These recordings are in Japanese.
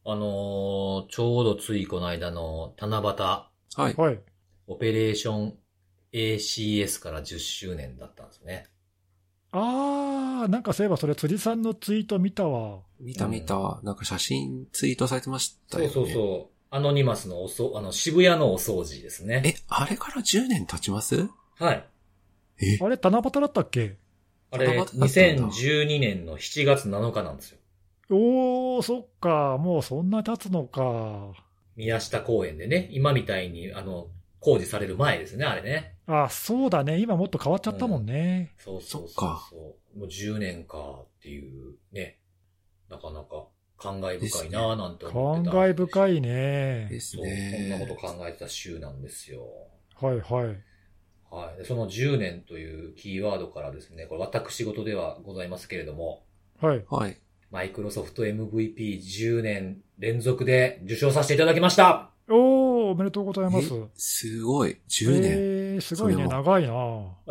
ちょうどついこの間の七夕、 はい。 はい。 オペレーション ACS から10周年だったんですね。 なんかそういえばそれ辻さんのツイート見たわ。 見た。なんか写真ツイートされてましたよね。 そう。アノニマスの渋谷のお掃除ですね。 あれから10年経ちます？ はい。 あれ、七夕だったっけ？ あれ、2012年の7月7日なんですよ。 おー、そっか。もうそんな経つのか。 宮下公園でね、今みたいに、工事される前ですね、あれね。 そうだね。今もっと変わっちゃったもんね。 そう。 そっかもう10年かっていうね、なかなか感慨深いなぁなんて思ってた。 感慨深いね。 ですそう、こんね。 なこと考えてた週なんですよ。 はい。 はい。でその10年というキーワードからですね、これ私事ではございますけれども、 はい。 マイクロソフト MVP10 年連続で受賞させていただきました。 おめでとうございます。 すごい。10年。 すごいね。長いな。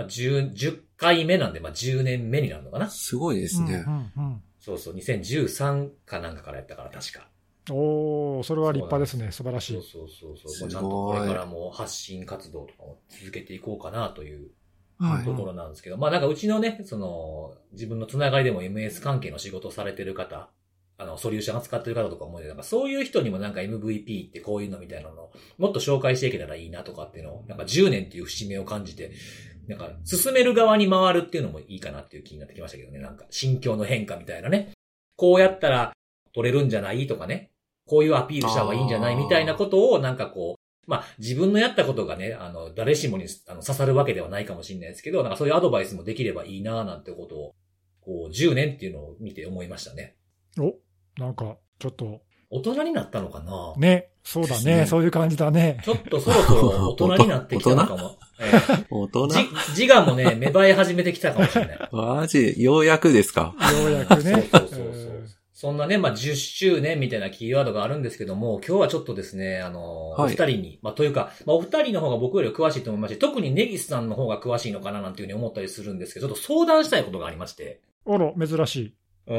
10回目なんで、10年目になるのかな。 すごいですね。 そう、2013かなんかからやったから確か。 それは立派ですね。素晴らしい。 そう。ちゃんとこれからも発信活動とかも続けていこうかなというところなんですけど、なんかうちのね、自分のつながりでも MS 関係の仕事をされてる方、ソリューション扱ってる方とか思うので、なんかそういう人にもなんか MVP ってこういうのみたいなのをもっと紹介していけたらいいなとかっていうのを、なんか10年っていう節目を感じて、なんか進める側に回るっていうのもいいかなっていう気になってきましたけどね、なんか心境の変化みたいなね。こうやったら取れるんじゃないとかね、こういうアピールした方がいいんじゃないみたいなことをなんかこう、自分のやったことがね、誰しもに刺さるわけではないかもしれないですけど、なんかそういうアドバイスもできればいいななんてことを、こう10年っていうのを見て思いましたね。 なんか、ちょっと。 大人になったのかなね。そうだね。そういう感じだね。 ちょっとそろそろ大人になってきたのかも。 大人自我もね、芽生え始めてきたかもしれない。 マジようやくですか？ ようやくね。 そう。そんなね、10周年みたいなキーワードがあるんですけども、今日はちょっとですね、お二人に、というか、お二人の方が僕より詳しいと思いますし、特にネギスさんの方が詳しいのかななんていうふうに思ったりするんですけど、ちょっと相談したいことがありまして。 珍しい。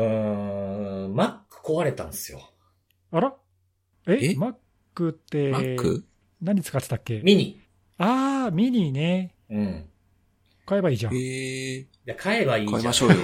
Mac 壊れたんですよ。 あら？Mac って、 Mac？ 何使ってたっけ？ ミニ。 ミニね。買えばいいじゃん。 いや、買えばいいじゃん。 買いましょうよ。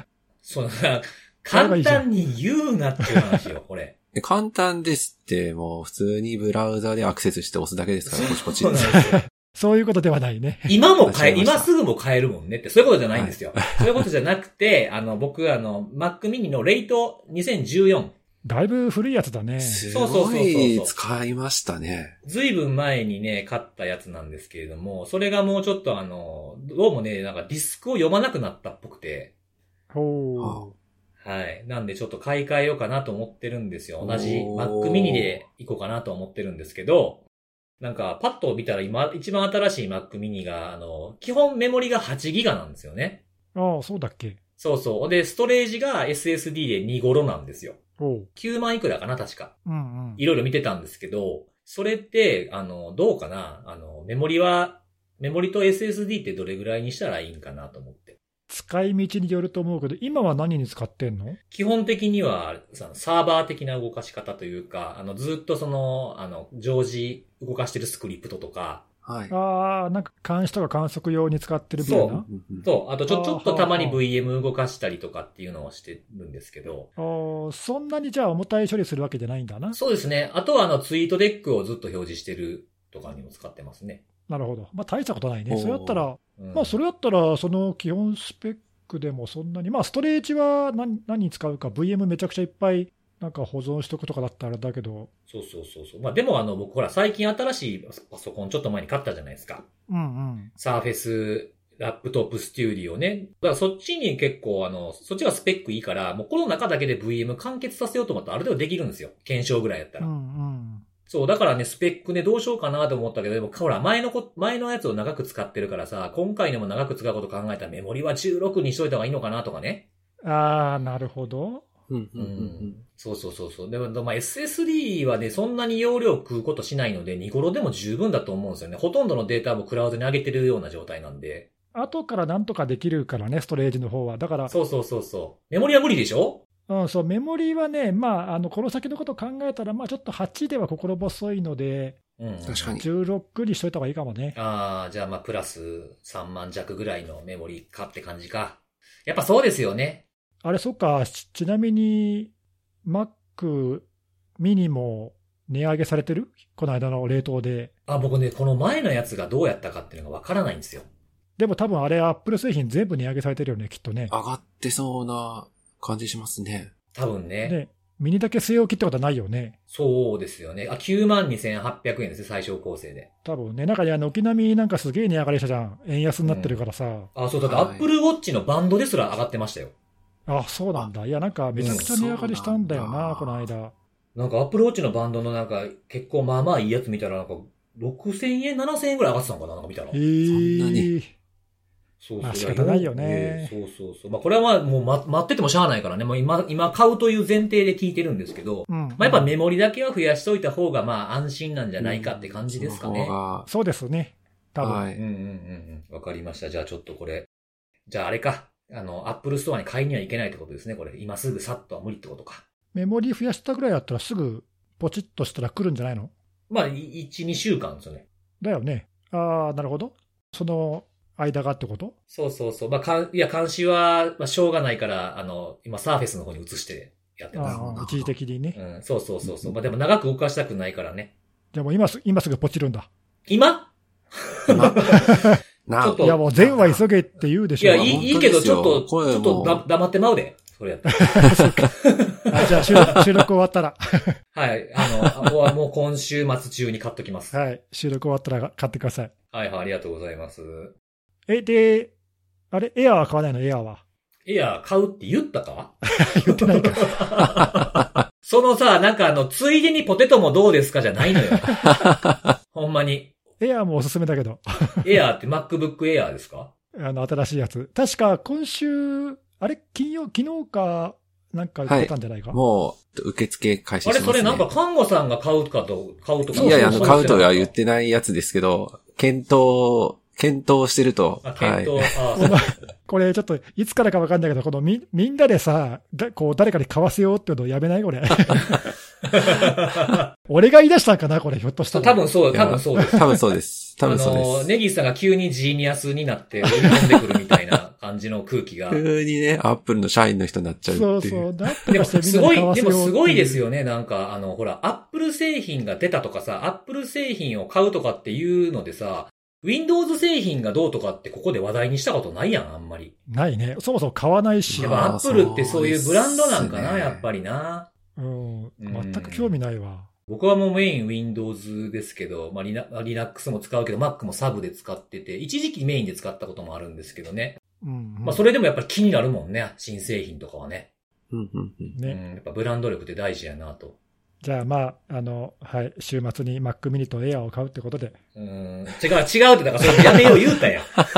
簡単に言うなっていう話よ、これ。 簡単ですって、もう普通にブラウザでアクセスして押すだけですから、ポチポチ。 そういうことではないね。 今すぐも買えるもんねって、そういうことじゃないんですよ。そういうことじゃなくて、僕Mac mini のレイト2014。 だいぶ古いやつだね。 すごい使いましたね。 ずいぶん前にね、買ったやつなんですけれども、それがもうちょっとどうもね、なんかディスクを読まなくなったっぽくて。はい。なんでちょっと買い替えようかなと思ってるんですよ。同じ Mac mini で行こうかなと思ってるんですけど、なんかパッと見たら今一番新しい Mac mini が基本メモリが8ギガなんですよね。 そうだっけ？ そう。で、ストレージが SSD で2頃なんですよ。9万いくらかな、確か。いろいろ見てたんですけど、それって、どうかな？メモリと SSD ってどれぐらいにしたらいいんかなと思って。 使い道によると思うけど、今は何に使ってんの？ 基本的には、サーバー的な動かし方というか、ずっと常時動かしてるスクリプトとか、 なんか監視とか観測用に使ってるみたいな。 そう。あとちょっとたまに VM 動かしたりとかっていうのをしてるんですけど。 そんなにじゃあ重たい処理するわけじゃないんだな。 そうですね。あとはツイートデックをずっと表示してるとかにも使ってますね。 なるほど。大したことないね。それだったら、それだったら、その基本スペックでもそんなに、ストレージは何に使うか、VM めちゃくちゃいっぱいなんか保存しとくとかだったらだけど。 そう。でも僕ほら最近新しいパソコンちょっと前に買ったじゃないですか。サーフェスラップトップステューディオね。だからそっちに結構そっちがスペックいいから、もうこの中だけで VM 完結させようと思ったらある程度できるんですよ。検証ぐらいやったら。そう、だからね、スペックね、どうしようかなと思ったけど、でも、ほら、前のやつを長く使ってるからさ、今回でも長く使うこと考えたらメモリは16にしといた方がいいのかなとかね。 なるほど。 そう。でも、SSD はね、そんなに容量食うことしないので、2頃でも十分だと思うんですよね。ほとんどのデータもクラウドに上げてるような状態なんで。 後からなんとかできるからね、ストレージの方は。だから。 そう。メモリは無理でしょ？ そう、メモリはね、まあ、この先のことを考えたら、まあ、ちょっと8では心細いので、 確かに。 16にしといた方がいいかもね。 ああ、じゃあまあ、プラス3万弱ぐらいのメモリかって感じか。やっぱそうですよね。 あれ、そっか、ちなみに、Mac mini も値上げされてる？この間の冷凍で。 僕ね、この前のやつがどうやったかっていうのがわからないんですよ。 でも多分あれ、Apple 製品全部値上げされてるよね、きっとね。 上がってそうな感じしますね。 多分ね。 ね、ミニだけ据え置きってことはないよね。 そうですよね。92,800円ですね、最小構成で。 多分ね、なんか軒並みなんかすげえ値上がりしたじゃん。円安になってるからさ。 そう、だって Apple Watch のバンドですら上がってましたよ。 そうなんだ。いや、なんかめちゃくちゃ値上がりしたんだよな、この間。 なんか Apple Watch のバンドのなんか結構まあまあいいやつ見たらなんか6,000円、7,000円ぐらい上がってたのかな、なんか見たら。 そんなに。 そうまあ仕方ないよね。 そう。まあこれはまあもう待っててもしゃあないからね。もう今買うという前提で聞いてるんですけど、まあやっぱメモリだけは増やしといた方がまあ安心なんじゃないかって感じですかね。 そうですね。多分。 はい。 わかりました。じゃあちょっとこれ。じゃああれか。Apple Store に買いには行けないってことですね、これ。今すぐさっとは無理ってことか。 メモリ増やしたぐらいだったらすぐポチッとしたら来るんじゃないの？ まあ、1、2週間ですよね。 だよね。なるほど。その間がってこと？ そう。まあ、監視は、まあ、しょうがないから、今、サーフェスの方に移してやってます。 一時的にね。 そう。まあ、でも長く動かしたくないからね。 じゃあもう今すぐポチるんだ。 今ちょっと。いやもう全話急げって言うでしょ。 いや、いいけど、ちょっと黙ってまうで。それやったら。じゃあ収録終わったら。 はい。もう今週末中に買っときます。 はい。収録終わったら買ってください。 はい、ありがとうございます。 で、あれ、エアーは買わないの？エアーは。 エアー買うって言ったか？ 言ってないか。 そのさ、なんかついでにポテトもどうですかじゃないのよ。ほんまに。 エアーもおすすめだけど。 エアーって MacBook Air ですか？ 新しいやつ。確か今週、あれ昨日か、なんか言ってたんじゃないか、 もう、受付開始しますね。 あれ、それなんか、看護さんが買うとか。 いや、買うとは言ってないやつですけど、検討してると。これちょっと、いつからかわかんないけど、このみんなでさ、誰かに買わせようっていうのをやめないこれ。俺が言い出したんかなこれ、ひょっとしたら。 多分そうです。 多分そうです。 ネギさんが急にジーニアスになって、売り込んでくるみたいな感じの空気が。 急にね、アップルの社員の人になっちゃうっていう。 そう。 でもすごいですよね。なんか、ほら、アップル製品が出たとかさ、アップル製品を買うとかっていうのでさ、Windows 製品がどうとかってここで話題にしたことないやん、あんまり。 ないね。そもそも買わないし。 やっぱアップルってそういうブランドなんかな、やっぱりな。 全く興味ないわ。 僕はもうメイン Windows ですけど、まあ、Linux も使うけど、Mac もサブで使ってて、一時期メインで使ったこともあるんですけどね。まあ、それでもやっぱり気になるもんね、新製品とかはね。やっぱブランド力って大事やなと。じゃあまあ、はい、週末に Mac mini と Air を買うってことで。 違うって、だからそれやめよう言うたやん。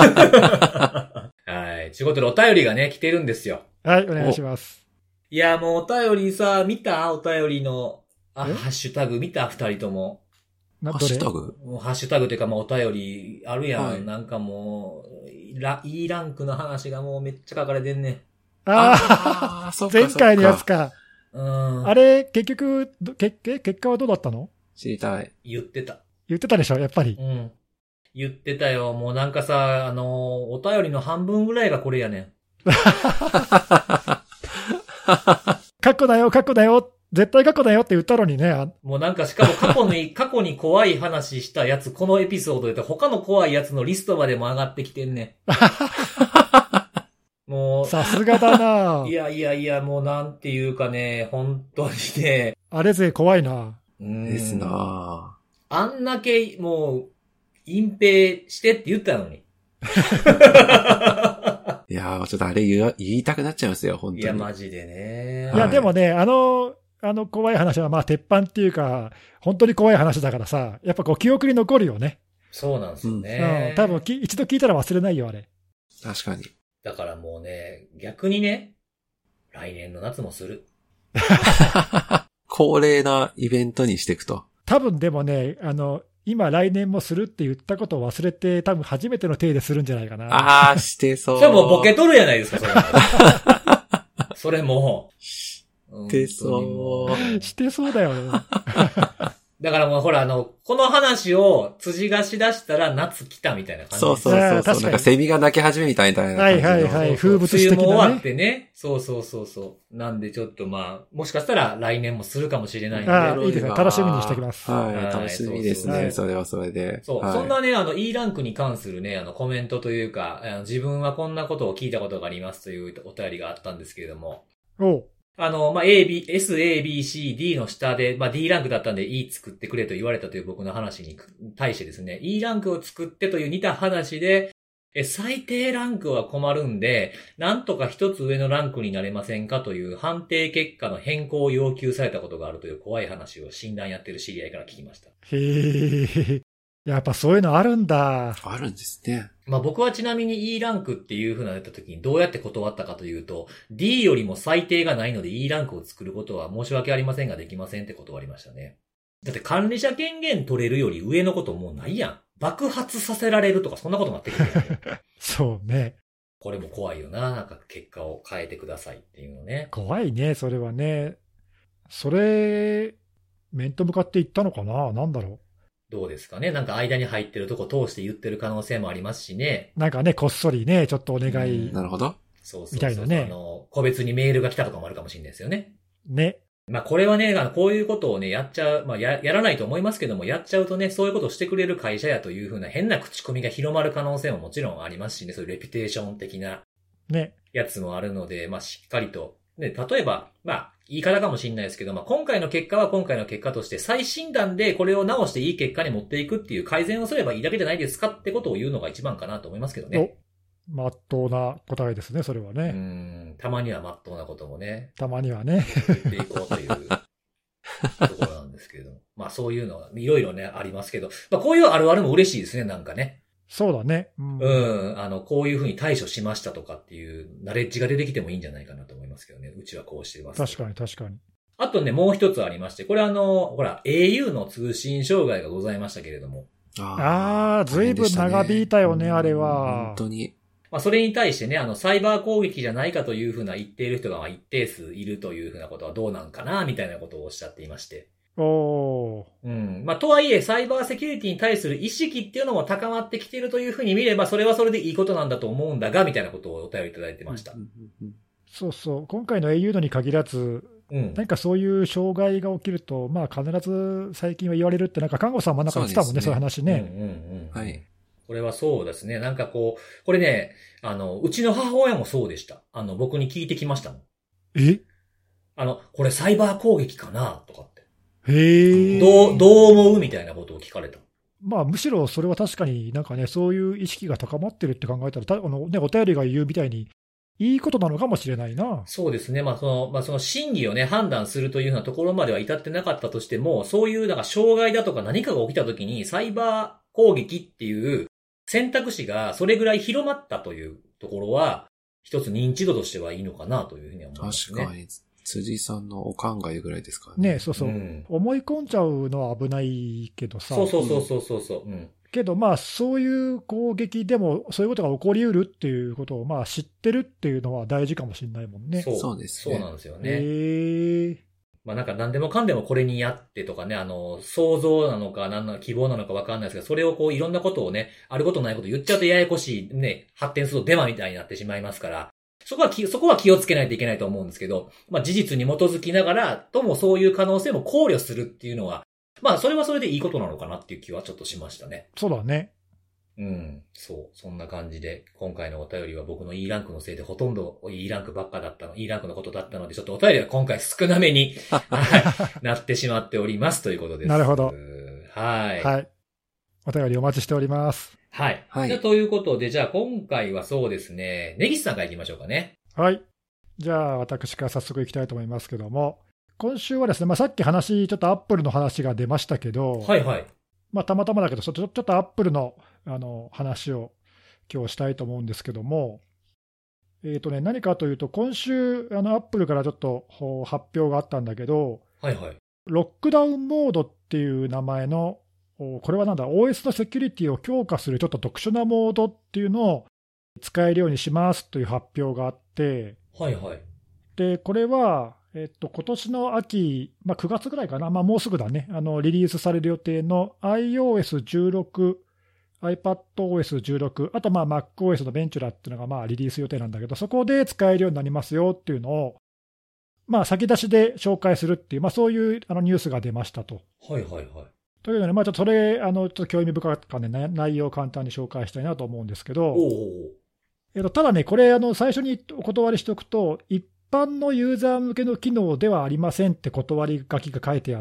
はい。ということでお便りがね、来てるんですよ。 はい、お願いします。 いや、もうお便りさ、見た？お便りの、ハッシュタグ見た？二人とも。 ハッシュタグ？ もうハッシュタグっていうか、まあ、お便りあるやん。はい、なんかもう、E ランクの話がもうめっちゃ書かれてんね。 そうか。前回のやつか。あれ、結局、結果はどうだったの？ 知りたい。 言ってたでしょ、やっぱり。 言ってたよ。もうなんかさ、お便りの半分ぐらいがこれやねん。 書くなよ。絶対書くなよって言ったのにね。 もうなんかしかも過去に怖い話したやつ、このエピソードで他の怖いやつのリストまでも上がってきてんねん。もう。 さすがだな。 いや、もうなんていうかね、本当にね。 あれぜ、怖いな。 ですな。 あんだけ、もう、隠蔽してって言ったのに。 いやー、ちょっとあれ言いたくなっちゃいますよ、本当に。 いや、マジでね。 いや、でもね、怖い話は、まあ、鉄板っていうか、本当に怖い話だからさ、やっぱ記憶に残るよね。 そうなんですよね。 多分、一度聞いたら忘れないよ、あれ。 確かに。 だからもうね、逆にね、来年の夏もする。 恒例なイベントにしていくと。 多分でもね、今来年もするって言ったことを忘れて、多分初めての体でするんじゃないかな。 してそう。 それもうボケとるやないですか、それ。それもしてそう。 してそうだよね。 だからもうほらこの話を辻がしだしたら夏来たみたいな感じ。 そうそう。なんかセミが鳴き始めみたいな感じの。 はいはいはい。風物詩的なね。 梅雨も終わってね。そう。なんでちょっともしかしたら来年もするかもしれないので。 いいですね。楽しみにしておきます。 はい。楽しみですね。それはそれで。 そう。そんなね、E ランクに関するね、コメントというか、自分はこんなことを聞いたことがありますというお便りがあったんですけれども。S, A, B, C, D の下で、D ランクだったんで E 作ってくれと言われたという僕の話に対してですね、E ランクを作ってという似た話で、最低ランクは困るんで、なんとか一つ上のランクになれませんかという判定結果の変更を要求されたことがあるという怖い話を診断やってる知り合いから聞きました。 へー。やっぱそういうのあるんだ。 あるんですね。 僕はちなみに E ランクっていう風なのやった時にどうやって断ったかというと、D よりも最低がないので E ランクを作ることは申し訳ありませんができませんって断りましたね。だって管理者権限取れるより上のこともうないやん。爆発させられるとかそんなことになってくるやん。 そうね。 これも怖いよな。なんか結果を変えてくださいっていうのね。 怖いね、それはね。それ、面と向かって言ったのかな？なんだろう。 どうですかね。なんか間に入ってるとこ通して言ってる可能性もありますしね。 なんかね、こっそりね、ちょっとお願い。 なるほど。 そうみたいなね。 個別にメールが来たとかもあるかもしれないですよね。 ね。 これはね、こういうことをね、やっちゃう、やらないと思いますけども、やっちゃうとね、そういうことをしてくれる会社やというふうな変な口コミが広まる可能性ももちろんありますしね、そういうレピュテーション的なやつもあるので、しっかりと。ね、例えば、言い方かもしれないですけど、今回の結果は今回の結果として再診断でこれを直していい結果に持っていくっていう改善をすればいいだけじゃないですかってことを言うのが一番かなと思いますけどね。 まっとうな答えですね、それはね。 たまにはまっとうなこともね。 たまにはね。 言っていこうというところなんですけれども。そういうのはいろいろね、ありますけど、こういうあるあるも嬉しいですね、なんかね。 そうだね。 こういうふうに対処しましたとかっていうナレッジが出てきてもいいんじゃないかなと思いますけどね。うちはこうしてます。 確かに。 あとね、もう一つありまして、これほら、au の通信障害がございましたけれども。 ずいぶん長引いたよね、あれは。 本当に。 それに対してね、サイバー攻撃じゃないかというふうな言っている人が一定数いるというふうなことはどうなんかな、みたいなことをおっしゃっていまして。とはいえ、サイバーセキュリティに対する意識っていうのも高まってきているというふうに見れば、それはそれでいいことなんだと思うんだが、みたいなことをお便りいただいてました。 そうそう。今回の au のに限らず、何かそういう障害が起きると、必ず最近は言われるって、なんか看護さん真ん中に言ってたもんね、そういう話ね。 はい。 これはそうですね。なんかこれね、うちの母親もそうでした。僕に聞いてきましたもん。これサイバー攻撃かなとかって。どう思うみたいなことを聞かれた。 むしろそれは確かになんかね、そういう意識が高まってるって考えたら、お便りが言うみたいに、いいことなのかもしれないな。 そうですね。その真偽をね、判断するというようなところまでは至ってなかったとしても、そういうなんか障害だとか何かが起きたときに、サイバー攻撃っていう選択肢がそれぐらい広まったというところは、一つ認知度としてはいいのかなというふうに思いますね。 確かに。辻さんのお考えぐらいですかね。 ね、そうそう。思い込んじゃうのは危ないけどさ。 そう。 けどそういう攻撃でもそういうことが起こりうるっていうことを知ってるっていうのは大事かもしれないもんね。 そうですね。 そうなんですよね。なんか何でもかんでもこれにやってとかね、想像なのか希望なのかわかんないですけど、それをいろんなことをね、あることないこと言っちゃうとややこしいね、発展するとデマみたいになってしまいますから、そこは気をつけないといけないと思うんですけど、事実に基づきながら、ともそういう可能性も考慮するっていうのは、それはそれでいいことなのかなっていう気はちょっとしましたね。 そうだね。 そんな感じで、今回のお便りは僕の E ランクのせいでほとんど E ランクばっかだったの、E ランクのことだったので、ちょっとお便りは今回少なめになってしまっておりますということです。 なるほど。 はい。 お便りお待ちしております。 はい。じゃあ、ということで、じゃあ今回はそうですね、根岸さんから行きましょうかね。 はい。じゃあ、私から早速行きたいと思いますけども、今週はですね、さっきちょっとアップルの話が出ましたけど、 はいはい。 たまたまだけど、ちょっとアップルの話を今日したいと思うんですけども、何かというと、今週、アップルからちょっと発表があったんだけど、ロックダウンモードっていう名前の、これはOS のセキュリティを強化するちょっと特殊なモードっていうのを使えるようにしますという発表があって、 はいはい。 で、これは、 今年の秋、9月ぐらいかな、もうすぐだね、リリースされる予定の iOS16、iPadOS16、あとMacOS のベンチュラっていうのがリリース予定なんだけど、そこで使えるようになりますよっていうのを、先出しで紹介するっていう、そういうニュースが出ましたと。 はいはいはい。 というので、ちょっとそれ、ちょっと興味深かったんで、内容を簡単に紹介したいなと思うんですけど、ただね、これ、最初にお断りしておくと、一般のユーザー向けの機能ではありませんって断り書きが書いてあって、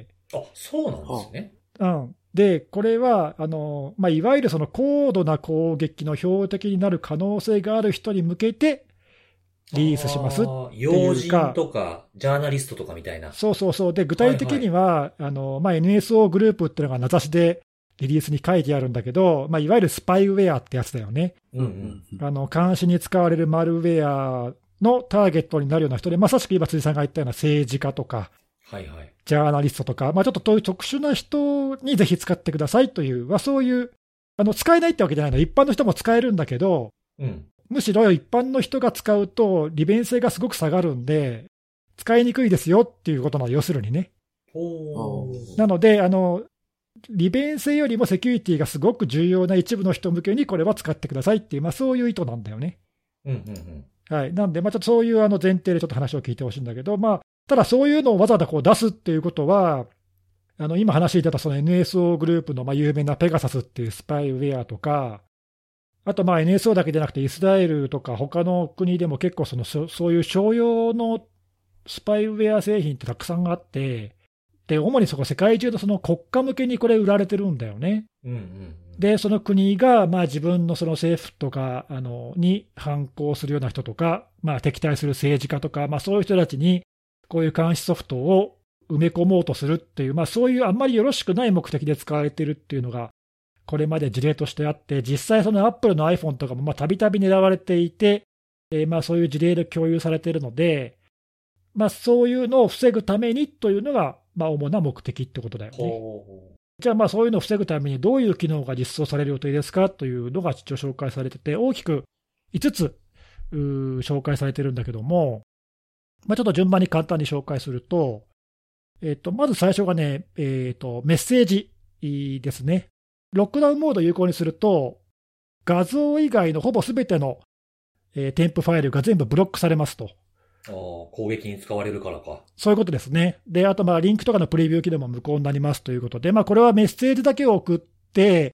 そうなんですね。 で、これは、いわゆるその高度な攻撃の標的になる可能性がある人に向けて、リリースしますっていうか。 要人とか、ジャーナリストとかみたいな。 そう。で、具体的には、NSO グループっていうのが名指しでリリースに書いてあるんだけど、いわゆるスパイウェアってやつだよね。監視に使われるマルウェアのターゲットになるような人で、まさしく今、辻さんが言ったような政治家とか、ジャーナリストとか、ちょっとそういう特殊な人にぜひ使ってくださいという、そういう、使えないってわけじゃないの、一般の人も使えるんだけど、むしろ一般の人が使うと利便性がすごく下がるんで、使いにくいですよっていうことなの、要するにね。なので、利便性よりもセキュリティがすごく重要な一部の人向けにこれは使ってくださいっていう、そういう意図なんだよね。なんで、ちょっとそういう前提でちょっと話を聞いてほしいんだけど、ただそういうのをわざわざ出すっていうことは、今話していたその NSO グループの有名なペガサスっていうスパイウェアとか、あとNSO だけじゃなくてイスラエルとか他の国でも結構そういう商用のスパイウェア製品ってたくさんあって、で、主に世界中のその国家向けにこれ売られてるんだよね。で、その国が自分のその政府とかに反抗するような人とか、敵対する政治家とか、そういう人たちにこういう監視ソフトを埋め込もうとするっていう、そういうあんまりよろしくない目的で使われてるっていうのが、これまで事例としてあって、実際そのアップルの iPhone とかもたびたび狙われていて、そういう事例で共有されているので、そういうのを防ぐためにというのが、主な目的ってことだよね。じゃあそういうのを防ぐためにどういう機能が実装される予定ですかというのが一応紹介されてて、大きく5つ紹介されてるんだけども、ちょっと順番に簡単に紹介すると、まず最初がね、メッセージですね。ロックダウンモードを有効にすると、画像以外のほぼすべての、添付ファイルが全部ブロックされますと。 攻撃に使われるからか。 そういうことですね。で、あとリンクとかのプレビュー機能も無効になりますということで、これはメッセージだけを送って、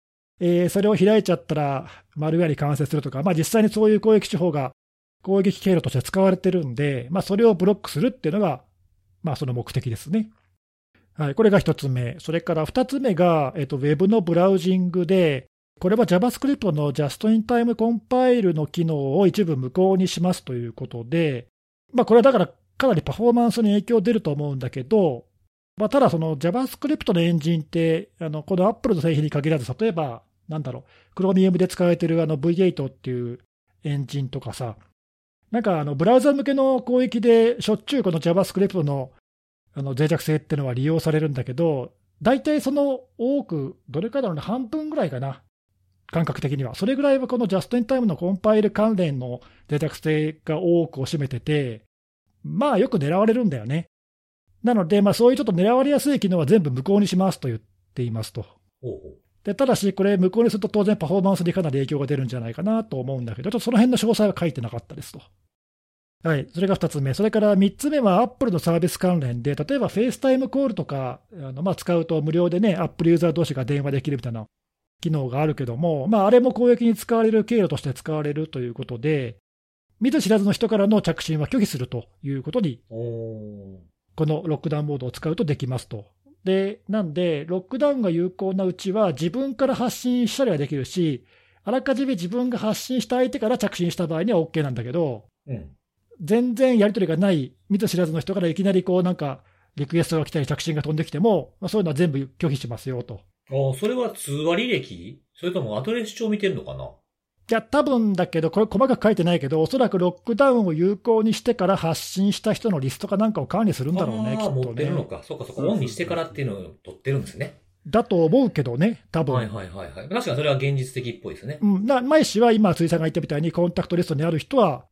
それを開いちゃったらマルウェアに感染するとか、実際にそういう攻撃手法が攻撃経路として使われてるんで、それをブロックするっていうのが、その目的ですね。これが1つ目。それから2つ目が、ウェブのブラウジングで、これは JavaScript の Just-in-Time コンパイルの機能を一部無効にしますということで、これはだからかなりパフォーマンスに影響出ると思うんだけど、ただその JavaScript のエンジンって、この Apple の製品に限らず、例えば、Chromium で使われているV8 っていうエンジンとかさ、ブラウザ向けの攻撃でしょっちゅうこの JavaScript の脆弱性っていうのは利用されるんだけど、大体その多く、どれかだろうね、半分ぐらいかな、感覚的には。それぐらいはこの Just-in-Time のコンパイル関連の脆弱性が多くを占めてて、よく狙われるんだよね。なので、そういうちょっと狙われやすい機能は全部無効にしますと言っていますと。でただし、これ無効にすると当然パフォーマンスにかなり影響が出るんじゃないかなと思うんだけど、ちょっとその辺の詳細は書いてなかったですと。それが2つ目。それから3つ目は Apple のサービス関連で、例えば FaceTime コールとか使うと無料でね、Apple ユーザー同士が電話できるみたいな機能があるけども、あれも攻撃に使われる経路として使われるということで、見ず知らずの人からの着信は拒否するということに、このロックダウンモードを使うとできますと。で、なんで、ロックダウンが有効なうちは自分から発信したりはできるし、あらかじめ自分が発信した相手から着信した場合には OK なんだけど、全然やり取りがない見ず知らずの人からいきなりリクエストが来たり着信が飛んできても、そういうのは全部拒否しますよと。 それは通話履歴？それともアドレス帳見てるのかな？ いや、多分だけど、これ細かく書いてないけど、おそらくロックダウンを有効にしてから発信した人のリストかなんかを管理するんだろうね、きっとね。 持ってるのか。そうか、オンにしてからっていうのを取ってるんですね。 だと思うけどね、多分。 確かにそれは現実的っぽいですね。 前氏は今、辻さんが言ったみたいに、コンタクトリストにある人は、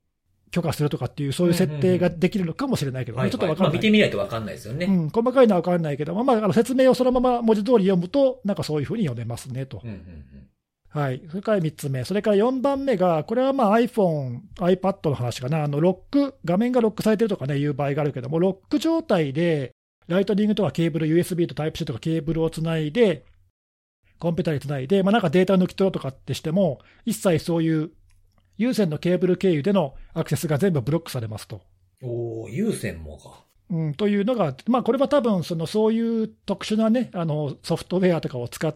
許可するとかっていう、そういう設定ができるのかもしれないけどね、ちょっとわかんない。 見てみないとわかんないですよね。 細かいのはわかんないけど、説明をそのまま文字通り読むと、なんかそういうふうに読めますねと。はい。それから3つ目。それから4番目が、これはiPhone、iPad の話かな。画面がロックされてるとかね、いう場合があるけども、ロック状態で、ライトニングとかケーブル、USB と Type-C とかケーブルをつないで、コンピューターにつないで、なんかデータ抜き取ろうとかってしても、一切そういう有線のケーブル経由でのアクセスが全部ブロックされますと。 有線もか。 というのが、これは多分そういう特殊なね、ソフトウェアとかを使って、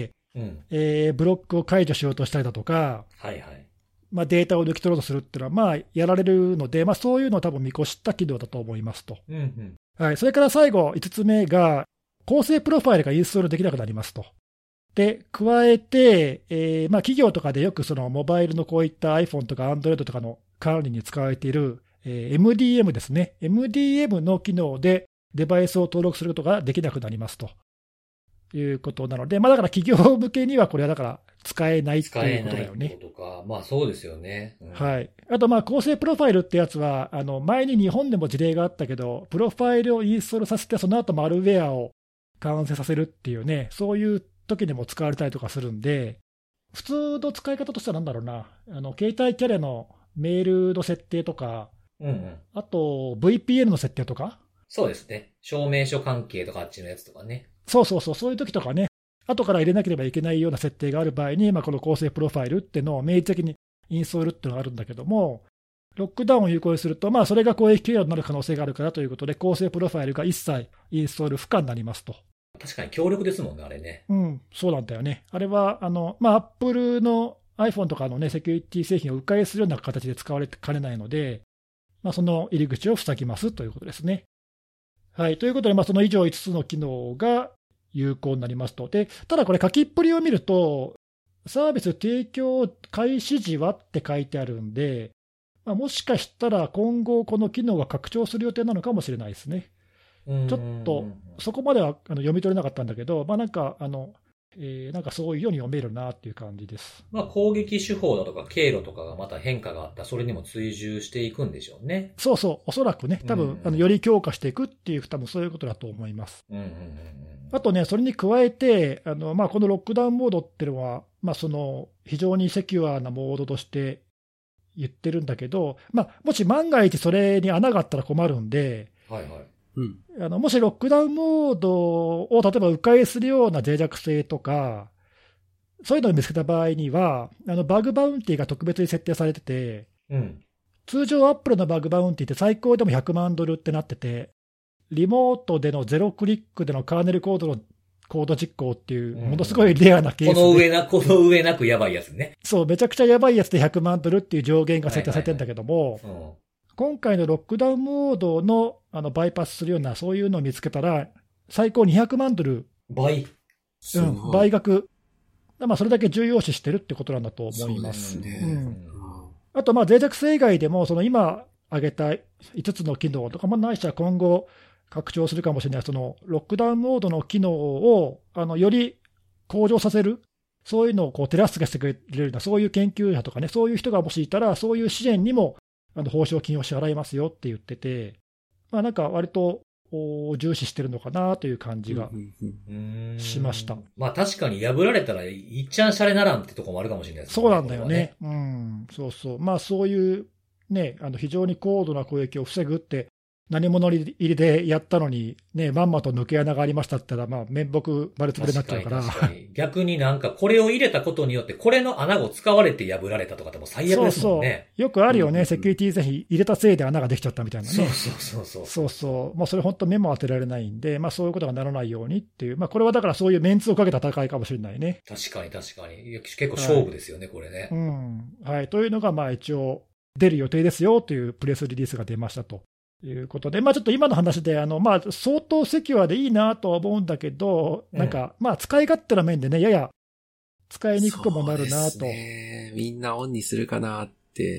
ブロックを解除しようとしたりだとか、データを抜き取ろうとするっていうのは、やられるので、そういうのを多分見越した機能だと思いますと。はい、それから最後、5つ目が、構成プロファイルがインストールできなくなりますと。で、加えて、企業とかでよくそのモバイルのこういった iPhone とか Android とかの管理に使われている、MDM ですね。MDM の機能でデバイスを登録することができなくなりますということなので、だから企業向けにはこれはだから使えないっていうことだよね。 使えないってことか。そうですよね。 はい。あと構成プロファイルってやつは、前に日本でも事例があったけど、プロファイルをインストールさせて、その後マルウェアを完成させるっていうね、そういう時にも使われたりとかするんで、普通の使い方としてはなんだろうな、携帯キャリアのメールの設定とか、あと VPN の設定とか。 そうですね。証明書関係とかあっちのやつとかね。 そういう時とかね、後から入れなければいけないような設定がある場合に、この構成プロファイルっていうのを明示的にインストールっていうのがあるんだけども、ロックダウンを有効にすると、それが攻撃経路になる可能性があるからということで、構成プロファイルが一切インストール不可になりますと。 確かに強力ですもんね、あれね。 そうなんだよね。あれは、Apple の iPhone とかのね、セキュリティ製品を迂回するような形で使われかねないので、その入り口を塞ぎますということですね。はい。ということで、その以上5つの機能が有効になりますと。で、ただこれ書きっぷりを見ると、サービス提供開始時はって書いてあるんで、もしかしたら今後この機能が拡張する予定なのかもしれないですね。ちょっとそこまでは読み取れなかったんだけど、なんかそういうように読めるなっていう感じです。 攻撃手法だとか経路とかがまた変化があったら、それにも追従していくんでしょうね。 そう、おそらくね、多分より強化していくっていう、多分そういうことだと思います。あとね、それに加えて、このロックダウンモードっていうのは、その非常にセキュアなモードとして言ってるんだけど、もし万が一それに穴があったら困るんで、もしロックダウンモードを例えば迂回するような脆弱性とか、そういうのを見つけた場合には、バグバウンティが特別に設定されてて、通常、アップルのバグバウンティって最高でも100万ドルってなってて、リモートでのゼロクリックでのカーネルコードのコード実行っていう、ものすごいレアなケースで、 この上なくやばいやつね。 そう、めちゃくちゃやばいやつで100万ドルっていう上限が設定されてるんだけども、今回のロックダウンモードのバイパスするような、そういうのを見つけたら、最高200万ドル。 倍額。それだけ重要視してるってことなんだと思います。あと、脆弱性以外でも、その今挙げた5つの機能とか、ないしは今後拡張するかもしれない、そのロックダウンモードの機能をより向上させる、そういうのを手助けしてくれるような、そういう研究者とかね、そういう人がもしいたら、そういう支援にも報奨金を支払いますよって言ってて、なんか割と重視してるのかなという感じがしました。 確かに破られたらいっちゃんシャレならんってとこもあるかもしれないですね。 そうなんだよね。そう。そういうね、非常に高度な攻撃を防ぐって何者入りでやったのに、ね、まんまと抜け穴がありましたって言ったら、面目丸つぶれになっちゃうから。 確かに逆になんかこれを入れたことによって、これの穴を使われて破られたとかってもう最悪ですもんね。 そう。よくあるよね、セキュリティ製品入れたせいで穴ができちゃったみたいなね。 そう。 もうそれ本当目も当てられないんで、そういうことがならないようにっていう、これはだからそういうメンツをかけた戦いかもしれないね。 確かに。結構勝負ですよね、これね。 はい。というのが、一応出る予定ですよというプレスリリースが出ましたと。いうことで、ちょっと今の話で、相当セキュアでいいなとは思うんだけど、なんか、使い勝手の面でね、やや使いにくくもなるなと。そうですね。みんなオンにするかなって。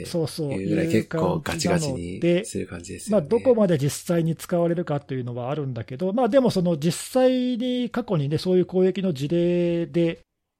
そう。 いうぐらい結構ガチガチにする感じですよね。 どこまで実際に使われるかというのはあるんだけど、でもその実際に過去にね、そういう攻撃の事例で、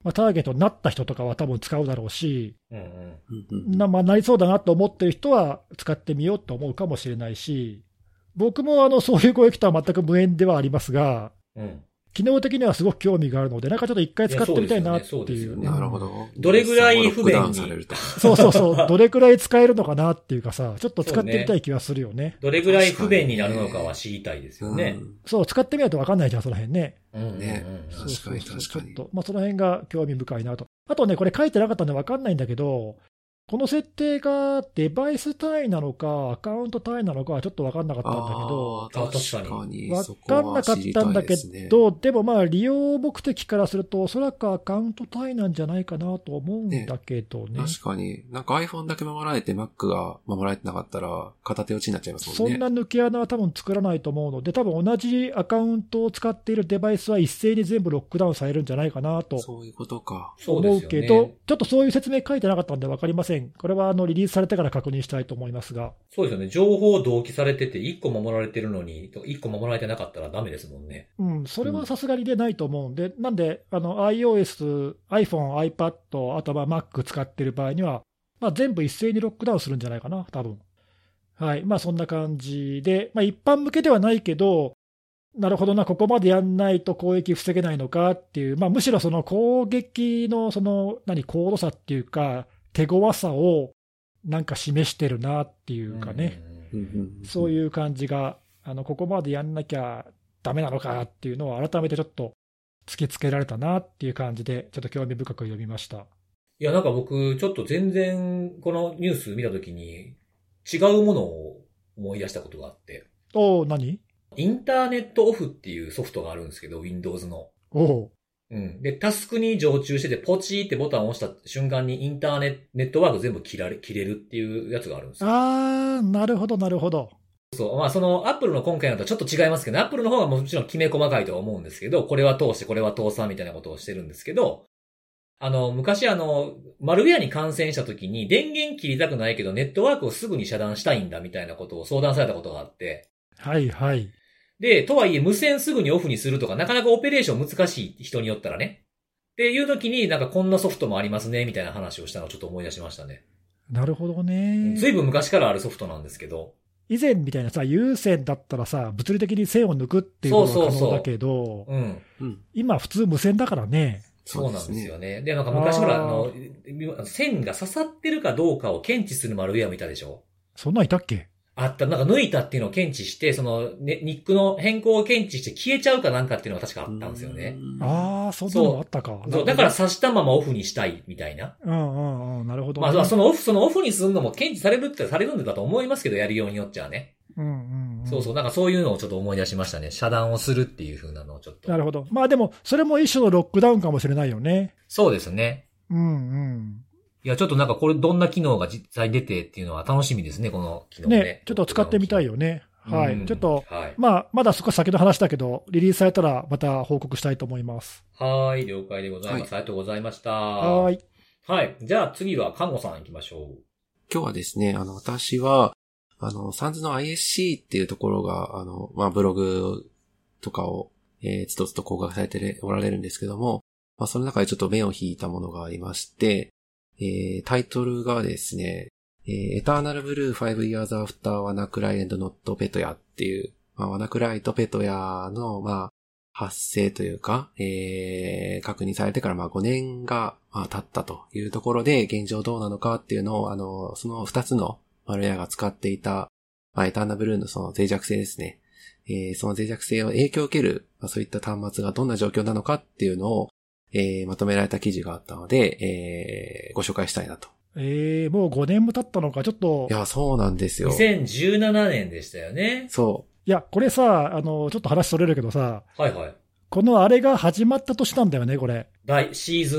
まあ、ターゲットになった人とかは多分使うだろうし、まあ、なりそうだなと思ってる人は使ってみようと思うかもしれないし、僕もそういう攻撃とは全く無縁ではありますが、機能的にはすごく興味があるので、なんかちょっと一回使ってみたいなっていう。 なるほど。 どれぐらい不便に。 そうそうそう。どれぐらい使えるのかなっていうかさ、ちょっと使ってみたい気はするよね。 どれぐらい不便になるのかは知りたいですよね。 そう、使ってみないと分かんないじゃん、その辺ね。 ね。確かに確かに。 ちょっと、まあその辺が興味深いなと。あとね、これ書いてなかったんで分かんないんだけど、この設定がデバイス単位なのか、アカウント単位なのかはちょっと分かんなかったんだけど、 確かに。 分かんなかったんだけど、でもまあ利用目的からすると、おそらくアカウント単位なんじゃないかなと思うんだけどね。 確かに。なんか iPhone だけ守られて Mac が守られてなかったら、片手打ちになっちゃいますもんね。 そんな抜け穴は多分作らないと思うので、多分同じアカウントを使っているデバイスは一斉に全部ロックダウンされるんじゃないかなと。 そういうことか。 思うけど、ちょっとそういう説明書いてなかったんで分かりません。これはリリースされてから確認したいと思いますが。 そうですよね。情報同期されてて、1個守られてるのに、1個守られてなかったらダメですもんね。 それはさすがにでないと思うんで、なんで、iOS、iPhone、iPad、あとは Mac 使ってる場合には、まあ、全部一斉にロックダウンするんじゃないかな、多分。はい。まあ、そんな感じで、まあ、一般向けではないけど、なるほどな、ここまでやんないと攻撃防げないのかっていう、まあ、むしろその攻撃の高度差っていうか、手強さをなんか示してるなっていうかね、そういう感じが、ここまでやんなきゃダメなのかっていうのを改めてちょっと突きつけられたなっていう感じで、ちょっと興味深く読みました。 いや、なんか僕、ちょっと全然、このニュース見たときに、違うものを思い出したことがあって。 何？ インターネットオフっていうソフトがあるんですけど、Windows の。で、タスクに常駐してて、ポチーってボタンを押した瞬間にインターネットワーク全部切れるっていうやつがあるんですよ。 なるほど、なるほど。 そう。まあ、その、Apple の今回のとはちょっと違いますけど、Apple の方がもちろんきめ細かいとは思うんですけど、これは通して、これは通さんみたいなことをしてるんですけど、昔マルウェアに感染した時に電源切りたくないけど、ネットワークをすぐに遮断したいんだみたいなことを相談されたことがあって。 はいはい。 で、とはいえ無線すぐにオフにするとか、なかなかオペレーション難しい人によったらね。っていう時になんかこんなソフトもありますね、みたいな話をしたのをちょっと思い出しましたね。 なるほどね。 ずいぶん昔からあるソフトなんですけど。 以前みたいなさ、有線だったらさ、物理的に線を抜くっていうのが可能だけど、今普通無線だからね。 そうなんですよね。で、なんか昔ほら、線が刺さってるかどうかを検知するマルウェア見たでしょ？ そんなんいたっけ？ あった。なんか抜いたっていうのを検知して、ニックの変更を検知して消えちゃうかなんかっていうのが確かあったんですよね。 そんなのあったか。 そう、だから刺したままオフにしたいみたいな。 なるほど、ね。 まあ、そのオフにするのも検知されるってされるんだと思いますけど、やるようによっちゃね。そう、なんかそういうのをちょっと思い出しましたね。遮断をするっていう風なのをちょっと。 なるほど。まあでも、それも一種のロックダウンかもしれないよね。 そうですね。いや、ちょっとなんかこれどんな機能が実際出てっていうのは楽しみですね、この機能ね。 ね、ちょっと使ってみたいよね。はい。ちょっと、まあ、まだ少し先の話だけど、リリースされたらまた報告したいと思います。 はい、了解でございます。ありがとうございました。 はい。 はい。じゃあ次は、看護さん行きましょう。 今日はですね、私は、サンズの ISC っていうところが、まあ、ブログとかを、つどつど公開されておられるんですけども、まあ、その中でちょっと目を引いたものがありまして、タイトルがですね、エターナルブルー5 years after WannaCry and not Petya っていう、まあ、WannaCry と Petya の、まあ、発生というか、確認されてからまあ5年が、まあ、経ったというところで現状どうなのかっていうのを、その2つのマルウェアが使っていた、まあ、エターナルブルーのその脆弱性ですね。その脆弱性を影響を受ける、まあ、そういった端末がどんな状況なのかっていうのを、まとめられた記事があったので、ご紹介したいなと。 もう5年も経ったのか、ちょっと。 いや、そうなんですよ。 2017年でしたよね。 そう。 いや、これさ、ちょっと話それるけどさ。 はいはい。 このあれが始まった年なんだよね、これ。 シーズン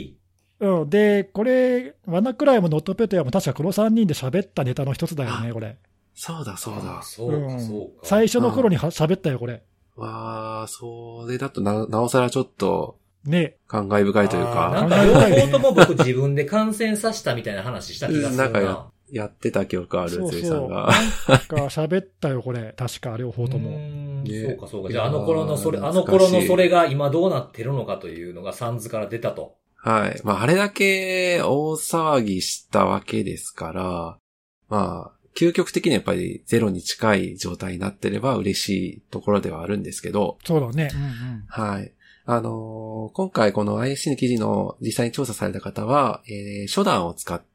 3。 で、これ、WannaCryもノットペトヤも確かこの3人で喋ったネタの一つだよね、これ。 そうだ。そうか。 最初の頃に喋ったよ、これ。 それだとなおさらちょっと、 ね。 感慨深いというか。 なんか両方とも僕自分で感染させたみたいな話した気がするな。 なんかやってた記憶ある、ついさんが。 なんか喋ったよ、これ。確か、両方とも。 そうか。じゃあ、あの頃のそれが今どうなってるのかというのがサンズから出たと。 はい。まあ、あれだけ大騒ぎしたわけですから、まあ、究極的にはやっぱりゼロに近い状態になってれば嬉しいところではあるんですけど。 そうだね。うんうん、 はい。今回この ISC の記事の実際に調査された方は、初段を使って、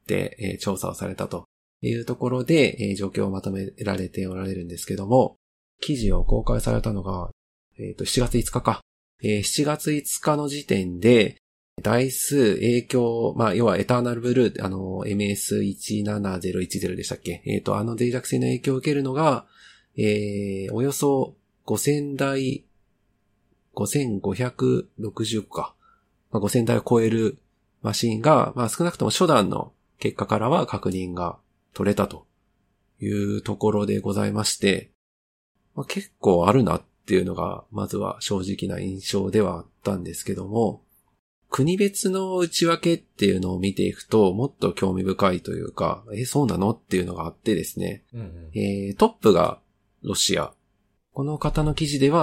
調査をされたというところで、状況をまとめられておられるんですけども、記事を公開されたのが、7月5日か。7月5日の時点で、台数、影響、まあ、要はエターナルブルー、MS17010 でしたっけ？脆弱性の影響を受けるのが、およそ5000台、5560か。まあ、5000台を超えるマシンが、まあ、少なくとも初段の結果からは確認が取れたというところでございまして、まあ、結構あるなっていうのが、まずは正直な印象ではあったんですけども、国別の内訳っていうのを見ていくと、もっと興味深いというか、そうなのっていうのがあってですね、トップがロシア。この方の記事では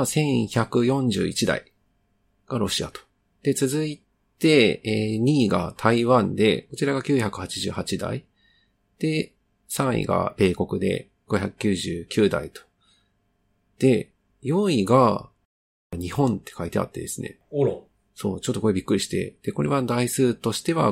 1141台がロシアと。で、続いて、2位が台湾で、こちらが988台。で、3位が米国で599台と。で、4位が日本って書いてあってですね。 おろ。 そう、ちょっとこれびっくりして。で、これは台数としては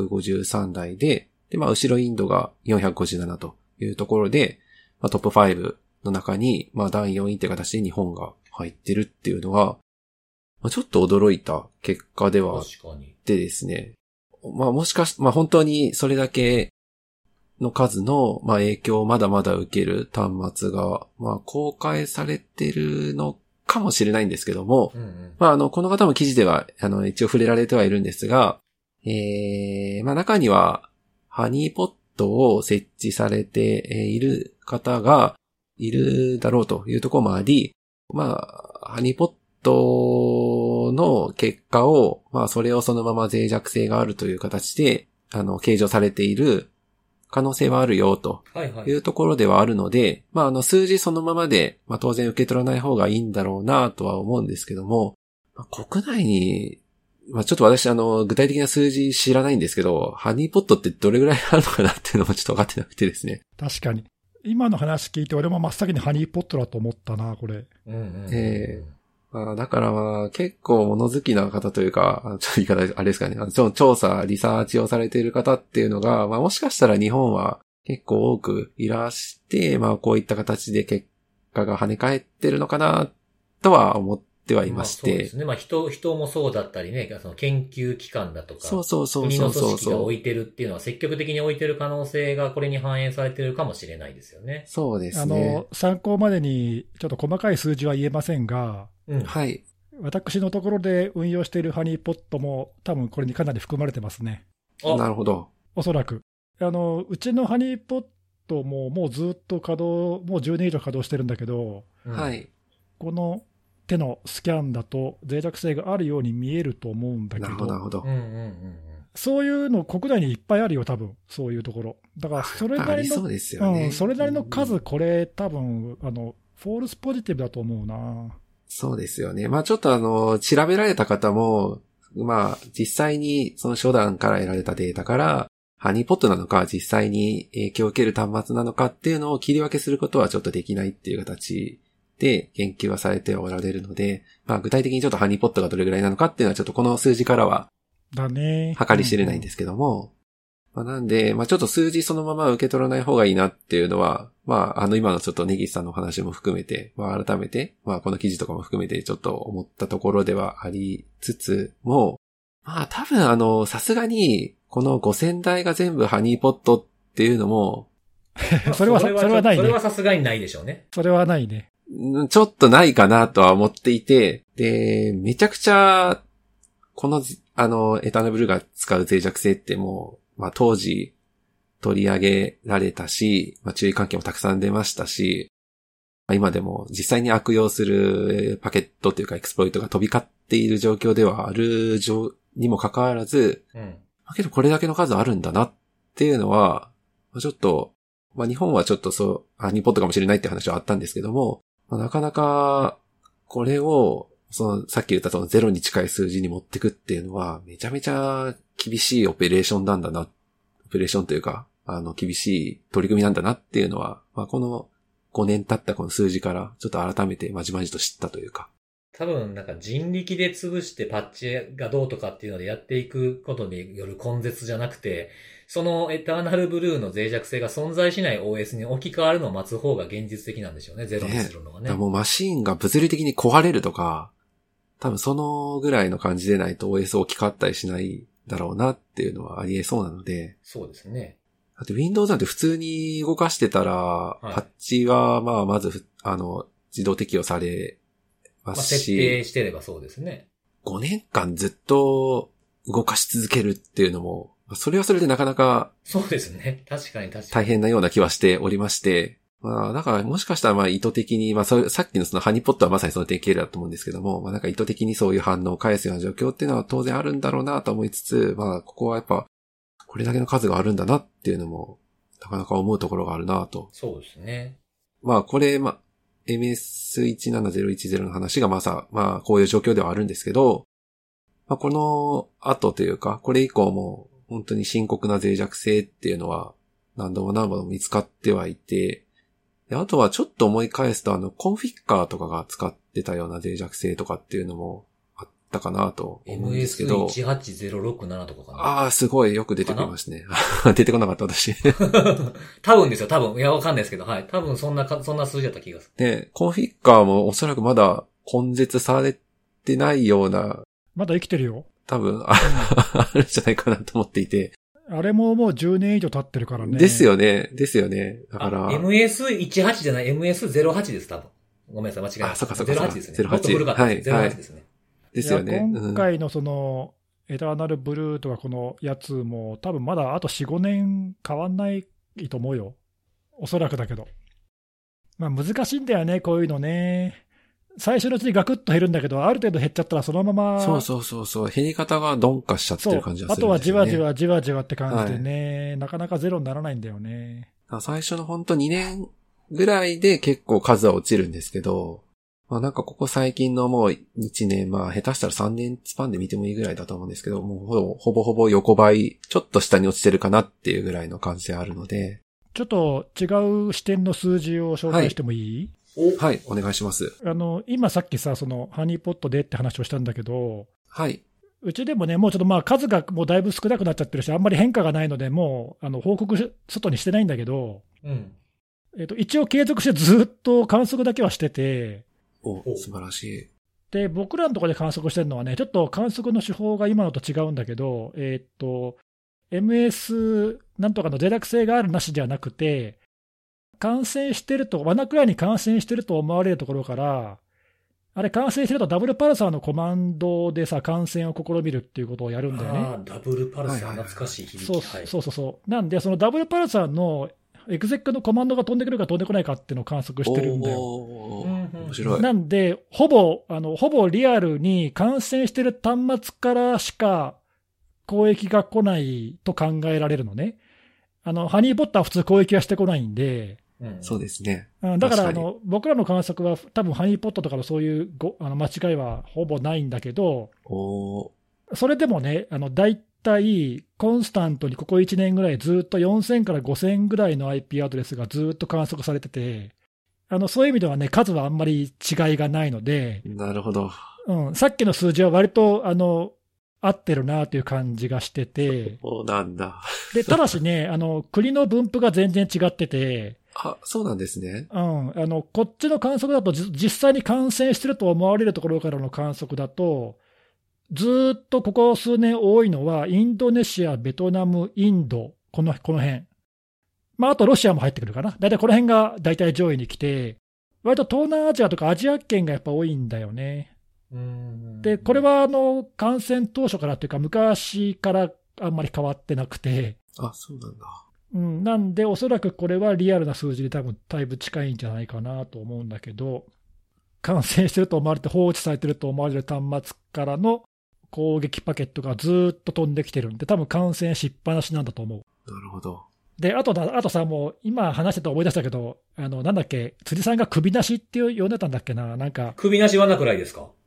553台で、で、まあ、後ろインドが457というところで、まあ、トップ5の中に、まあ、第4位って形で日本が入ってるっていうのは、まあ、ちょっと驚いた結果ではあってですね。まあ、もしかし、まあ、本当にそれだけの数の、まあ、影響をまだまだ受ける端末が、まあ、公開されてるのかもしれないんですけども、まあ、この方も記事では、一応触れられてはいるんですが、まあ、中には、ハニーポットを設置されている方がいるだろうというところもあり、まあ、ハニーポットの結果を、まあ、それをそのまま脆弱性があるという形で、計上されている可能性はあるよというところではあるので、まあ、数字そのままで、まあ、当然受け取らない方がいいんだろうなとは思うんですけども、まあ、国内に、まあ、ちょっと私具体的な数字知らないんですけど、ハニーポットってどれぐらいあるのかなっていうのもちょっと分かってなくてですね。 確かに。今の話聞いて俺も真っ先にハニーポットだと思ったな、これ。 まあ、だからまあ結構物好きな方というか、ちょっと言い方あれですかね、調査、リサーチをされている方っていうのが、まあもしかしたら日本は結構多くいらして、まあこういった形で結果が跳ね返ってるのかなとは思ってはいまして。 そうですね。まあ人もそうだったりね、その研究機関だとか、 国の組織が置いてるっていうのは積極的に置いてる可能性がこれに反映されてるかもしれないですよね。 そうですね。 参考までにちょっと細かい数字は言えませんが、 はい。 私のところで運用しているハニーポットも多分これにかなり含まれてますね。 なるほど。 おそらく。うちのハニーポットももうずっともう10年以上稼働してるんだけど、 はい。 この手のスキャンだと脆弱性があるように見えると思うんだけど、 なるほど。 そういうの国内にいっぱいあるよ、多分そういうところ。だからそれなりの、 そうですよね。 それなりの数、これ多分フォールスポジティブだと思うな。 そうですよね。まあちょっと調べられた方も、まあ実際にその初段から得られたデータから、ハニーポットなのか実際に影響を受ける端末なのかっていうのを切り分けすることはちょっとできないっていう形で研究はされておられるので、まあ具体的にちょっとハニーポットがどれぐらいなのかっていうのはちょっとこの数字からは、計り知れないんですけども、まあ、なんで、まあちょっと数字そのまま受け取らない方がいいなっていうのは、まあ今のちょっと根岸さんの話も含めて、まあ改めて、まあこの記事とかも含めてちょっと思ったところではありつつも、まあ多分さすがにこの5000台が全部ハニーポットっていうのも、 それはないね。 それはさすがにないでしょうね。 それはないね。 ちょっとないかなとは思っていて、で、めちゃくちゃ、このエターナブルーが使う脆弱性ってもう、まあ当時取り上げられたし、まあ注意喚起もたくさん出ましたし、まあ、今でも実際に悪用するパケットというかエクスプロイトが飛び交っている状況ではあるにもかかわらず、だけどこれだけの数あるんだなっていうのは、ちょっと、まあ日本はちょっとハニーポットかもしれないって話はあったんですけども、まあ、なかなかこれをさっき言ったそのゼロに近い数字に持ってくっていうのは、めちゃめちゃ厳しいオペレーションなんだな。オペレーションというか、厳しい取り組みなんだなっていうのは、この5年経ったこの数字からちょっと改めてまじまじと知ったというか。 多分なんか人力で潰してパッチがどうとかっていうのでやっていくことによる根絶じゃなくて、そのエターナルブルーの脆弱性が存在しない OS に置き換わるのを待つ方が現実的なんでしょうね、ゼロにするのがね。 もうマシーンが物理的に壊れるとか、多分そのぐらいの感じでないと OS 置き換わったりしないだろうなっていうのはありえそうなので。 そうですね。 だって Windows なんて普通に動かしてたら、パッチはまず、自動適用されますし。 設定してればそうですね。 5年間ずっと動かし続けるっていうのも、それはそれでなかなか。 そうですね。確かに。 大変なような気はしておりまして。だからもしかしたら意図的に、さっきのそのハニーポットはまさにその典型例だと思うんですけども、なんか意図的にそういう反応を返すような状況っていうのは当然あるんだろうなと思いつつ、ここはやっぱ、これだけの数があるんだなっていうのも、なかなか思うところがあるなと。 そうですね。 これ、MS17010 の話がこういう状況ではあるんですけど、この後というか、これ以降も本当に深刻な脆弱性っていうのは何度も見つかってはいて、であとはちょっと思い返すとコンフィッカーとかが使ってたような脆弱性とかっていうのもあったかなと思うんですけど。 MS18067 とかかな。 すごいよく出てきましたね。出てこなかった私。 多分ですよ、多分。いや、わかんないですけど、はい。多分そんな数字だった気がする。で、コンフィッカーもおそらくまだ根絶されてないような。 まだ生きてるよ。 多分、あるんじゃないかなと思っていて。 あれももう10年以上経ってるからね。 ですよね。だから。 MS18 じゃない、MS08 です、多分。ごめんなさい、間違えました。 そうか。 08ですね。 08。 もっと古かったです。08ですね。 ですよね。 今回のその、エターナルブルーとかこのやつも多分まだあと 4,5 年変わんないと思うよ。おそらくだけど。難しいんだよね、こういうのね。最初のうちにガクッと減るんだけど、ある程度減っちゃったらそのまま。 そう。減り方が鈍化しちゃってる感じがするんですよね。 あとはじわじわって感じでね、なかなかゼロにならないんだよね。 最初のほんと2年ぐらいで結構数は落ちるんですけど、なんかここ最近のもう1年、下手したら3年スパンで見てもいいぐらいだと思うんですけど、もうほぼほぼ横ばい、ちょっと下に落ちてるかなっていうぐらいの感じあるので。 ちょっと違う視点の数字を紹介してもいい？ はい、お願いします。 今さっきさ、そのハニーポットでって話をしたんだけど、 はい。 うちでもね、もうちょっと数がもうだいぶ少なくなっちゃってるし、あんまり変化がないので、もう報告外にしてないんだけど、一応継続してずっと観測だけはしてて、 素晴らしい。 で、僕らのところで観測してるのはね、ちょっと観測の手法が今のと違うんだけど、MS なんとかの脆弱性があるなしではなくて、感染してると、ワナクライに感染してると思われるところから、あれ、感染してるとダブルパルサーのコマンドでさ、感染を試みるっていうことをやるんだよね。 ダブルパルサー、懐かしい響き。 そう。なんで、そのダブルパルサーのエグゼックのコマンドが飛んでくるか飛んでこないかっていうのを観測してるんだよ。 面白い。 なんで、ほぼリアルに感染してる端末からしか攻撃が来ないと考えられるのね。ハニーポッターは普通攻撃はしてこないんで、 そうですね。 だから僕らの観測は多分ハニーポットとかのそういう間違いはほぼないんだけど、それでもね、だいたいコンスタントにここ1年ぐらいずっと4000から5000ぐらいの IP アドレスがずっと観測されてて、そういう意味ではね、数はあんまり違いがないので、 なるほど。 さっきの数字は割と合ってるなという感じがしてて、 そうなんだ。 でただしね、国の分布が全然違ってて、 そうなんですね。 こっちの観測だと、実際に感染してると思われるところからの観測だと、ずっとここ数年多いのは、インドネシア、ベトナム、インド、この辺。あとロシアも入ってくるかな。だいたいこの辺が大体上位に来て、割と東南アジアとかアジア圏がやっぱ多いんだよね。で、これは感染当初からっていうか、昔からあんまり変わってなくて。 そうなんだ。 なんで、おそらくこれはリアルな数字でだいぶ近いんじゃないかなと思うんだけど、感染してると思われて放置されてると思われる端末からの攻撃パケットがずっと飛んできてるんで、多分感染しっぱなしなんだと思う。 なるほど。 で、あとさ、もう今話してて思い出したけど、なんだっけ、辻さんが首なしって呼んでたんだっけな、なんか。 首なしはなくらいですか？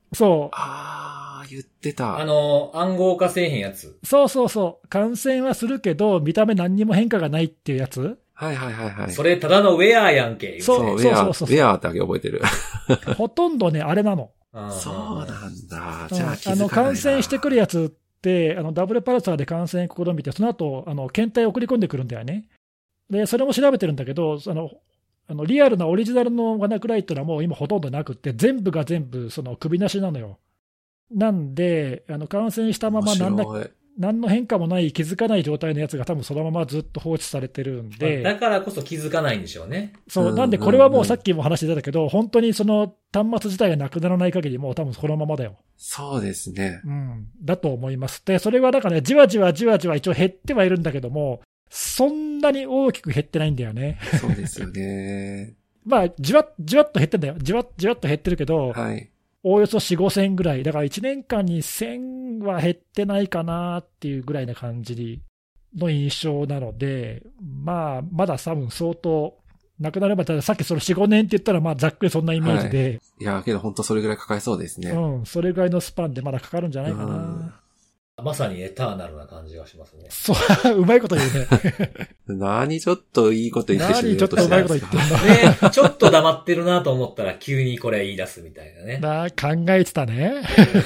そう。 言ってた。 暗号化せえへんやつ。 そうそうそう。感染はするけど、見た目何にも変化がないっていうやつ。 はいはいはいはい。 それただのウェアやんけ。 そう、ウェアってだけ覚えてる。 ほとんどね、あれなの。 そうなんだ。じゃあ気づかないな。 感染してくるやつって、ダブルパルサーで感染試みて、その後、検体を送り込んでくるんだよね。で、それも調べてるんだけど、リアルなオリジナルのワナクライっていうのはもう今ほとんどなくって、全部が全部、首なしなのよ。なんで、感染したまま何の変化もない気づかない状態のやつが多分そのままずっと放置されてるんで。 だからこそ気づかないんでしょうね。 そう。なんでこれはもうさっきも話してたけど、本当にその端末自体がなくならない限りもう多分このままだよ。 そうですね。 うん。だと思います。で、それはだからね、じわじわ一応減ってはいるんだけども、そんなに大きく減ってないんだよね。 そうですよね。 まあ、じわっと減ってんだよ。じわっと減ってるけど、 はい。 おおよそ4、5千ぐらい。だから1年間に1000は減ってないかなっていうぐらいな感じの印象なので、まあ、まだ多分相当、なくなれば、たださっきその4、5年って言ったら、まあ、ざっくりそんなイメージで。 はい、いや、けど本当それぐらいかかりそうですね。 うん、それぐらいのスパンでまだかかるんじゃないかな。 まさにエターナルな感じがしますね。 そう、うまいこと言うね。 何ちょっといいこと言ってしまう。 何ちょっとうまいこと言ってんのね、ちょっと黙ってるなと思ったら急にこれ言い出すみたいなね。 考えてたね。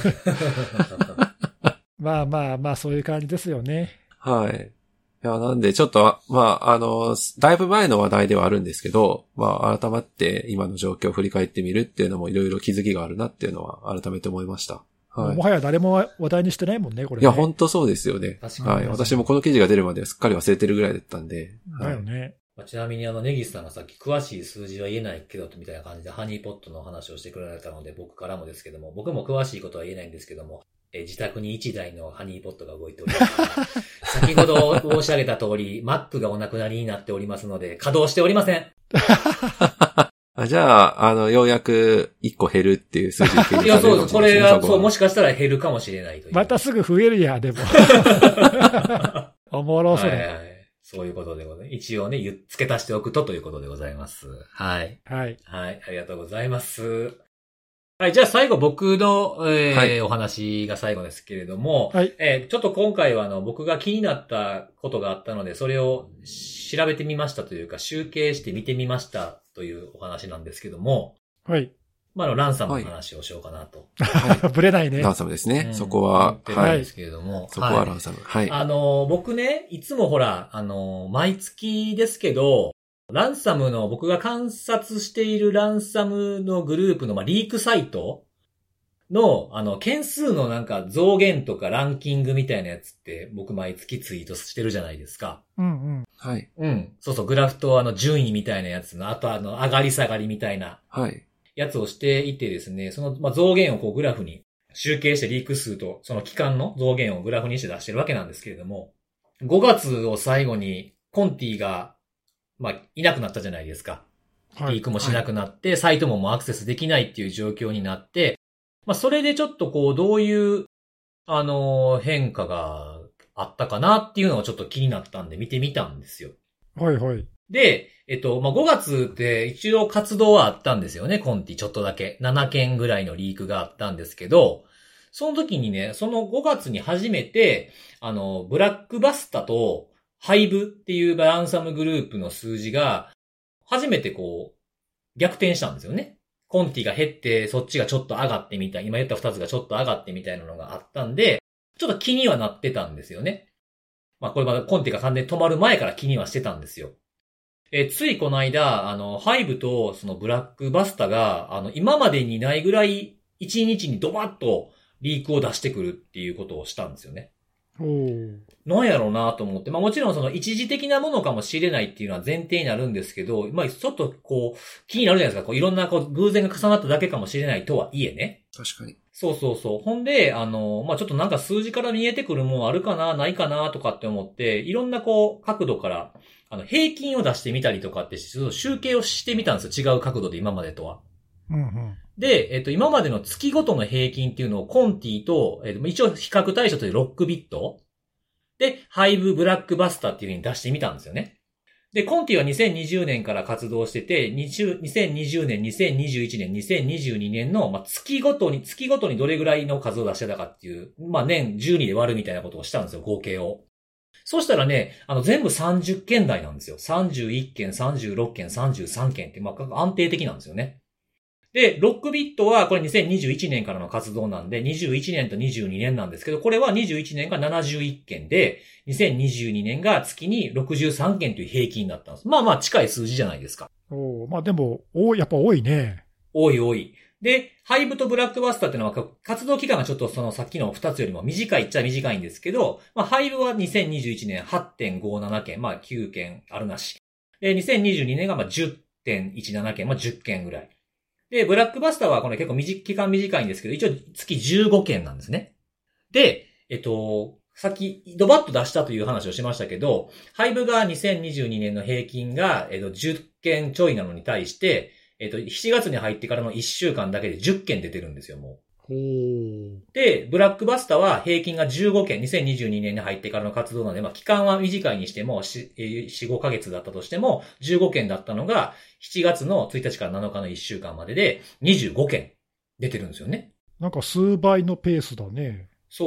まあまあまあ、そういう感じですよね。 はい。いや、なんでちょっと、まあ、だいぶ前の話題ではあるんですけど、まあ、改まって今の状況を振り返ってみるっていうのもいろいろ気づきがあるなっていうのは改めて思いました。はい、 もはや誰も話題にしてないもんね、これ、ね。 いや、本当そうですよね。はい。私もこの記事が出るまではすっかり忘れてるぐらいだったんで。 だよね。 はい、ちなみにネギスさんがさっき詳しい数字は言えないけど、みたいな感じでハニーポットの話をしてくれたので、僕からもですけども、僕も詳しいことは言えないんですけども、自宅に1台のハニーポットが動いております。先ほど申し上げた通り、Mac がお亡くなりになっておりますので、稼働しておりません。 じゃあ、ようやく1個減るっていう数字にいや、そうです。これが、そう、もしかしたら減るかもしれないという。 またすぐ増えるや、でも。おもろそれ、 はいはい。そういうことでございます。一応ね、付け足しておくということでございます。はい。 はい。 はい。ありがとうございます。はい。じゃあ最後僕の、はい、お話が最後ですけれども、 はい。 ちょっと今回は僕が気になったことがあったので、それを調べてみましたというか、集計して見てみましたというお話なんですけども、 はい。 まあ、ランサムの話をしようかなと。 はい、ぶれないね。 ランサムですね。そこは、 はい。ですけれども。 そこはランサム。はい。 僕ね、いつもほら、毎月ですけど、ランサムの僕が観察しているランサムのグループの、リークサイトの、件数のなんか増減とかランキングみたいなやつって僕毎月ツイートしてるじゃないですか。 うんうん。 はい。 うん。そうそう、グラフと順位みたいなやつの、あと上がり下がりみたいな。 はい。 やつをしていてですね、その、増減をこうグラフに集計してリーク数とその期間の増減をグラフにして出してるわけなんですけれども、5月を最後にコンティが、いなくなったじゃないですか。はい、リークもしなくなって、はい、サイトももうアクセスできないっていう状況になって、それでちょっとこう、どういう、変化があったかなっていうのがちょっと気になったんで見てみたんですよ。 はいはい。 で、5月って一応活動はあったんですよね、コンティちょっとだけ。7件ぐらいのリークがあったんですけど、その時にね、その5月に初めて、ブラックバスタとハイブっていうランサムグループの数字が、初めてこう、逆転したんですよね。コンティが減って、そっちがちょっと上がってみたい。今言った2つがちょっと上がってみたいなのがあったんで、ちょっと気にはなってたんですよね。これまだコンティが完全に止まる前から気にはしてたんですよ。ついこの間、ハイブとそのブラックバスタが、今までにないぐらい、1日にドバッとリークを出してくるっていうことをしたんですよね。なんやろうなと思って。もちろんその一時的なものかもしれないっていうのは前提になるんですけど、ちょっとこう、気になるじゃないですか。こういろんなこう偶然が重なっただけかもしれないとはいえね。 確かに。 そうそうそう。ほんで、ちょっとなんか数字から見えてくるもんあるかな、ないかなとかって思って、いろんなこう、角度から、平均を出してみたりとかって、集計をしてみたんですよ。違う角度で今までとは。 うんうん、 で、今までの月ごとの平均っていうのをコンティと、一応比較対象というロックビットで、ハイブブラックバスターっていう風に出してみたんですよね。 で、コンティは2020年から活動してて、2020年、2021年、2022年の、月ごとにどれぐらいの数を出してたかっていう、年12で割るみたいなことをしたんですよ、合計を。そうしたらね、全部30件台なんですよ。31件、36件、33件って、安定的なんですよね。で、ロックビットはこれ2021年からの活動なんで、21年と22年なんですけど、これは21年が71件で、2022年が月に63件という平均だったんです。近い数字じゃないですか。 でも、やっぱ多いね。 多い。で、ハイブとブラックバスターっていうのは活動期間がちょっとそのさっきの2つよりも短いっちゃ短いんですけど、ハイブは2021年 8.57 件、9件あるなし。で、2022年が10.17 件、10件ぐらい。で、ブラックバスターはこれ結構期間短いんですけど、一応月15件なんですね。で、さっきドバッと出したという話をしましたけど、ハイブが2022年の平均が10件ちょいなのに対して、7月に入ってからの1週間だけで10件出てるんですよ、もう。で、ブラックバスターは平均が15件、2022年に入ってからの活動なので、期間は短いにしても、4、5ヶ月だったとしても、15件だったのが、7月の1日から7日の1週間までで、25件出てるんですよね。 なんか数倍のペースだね。 そう。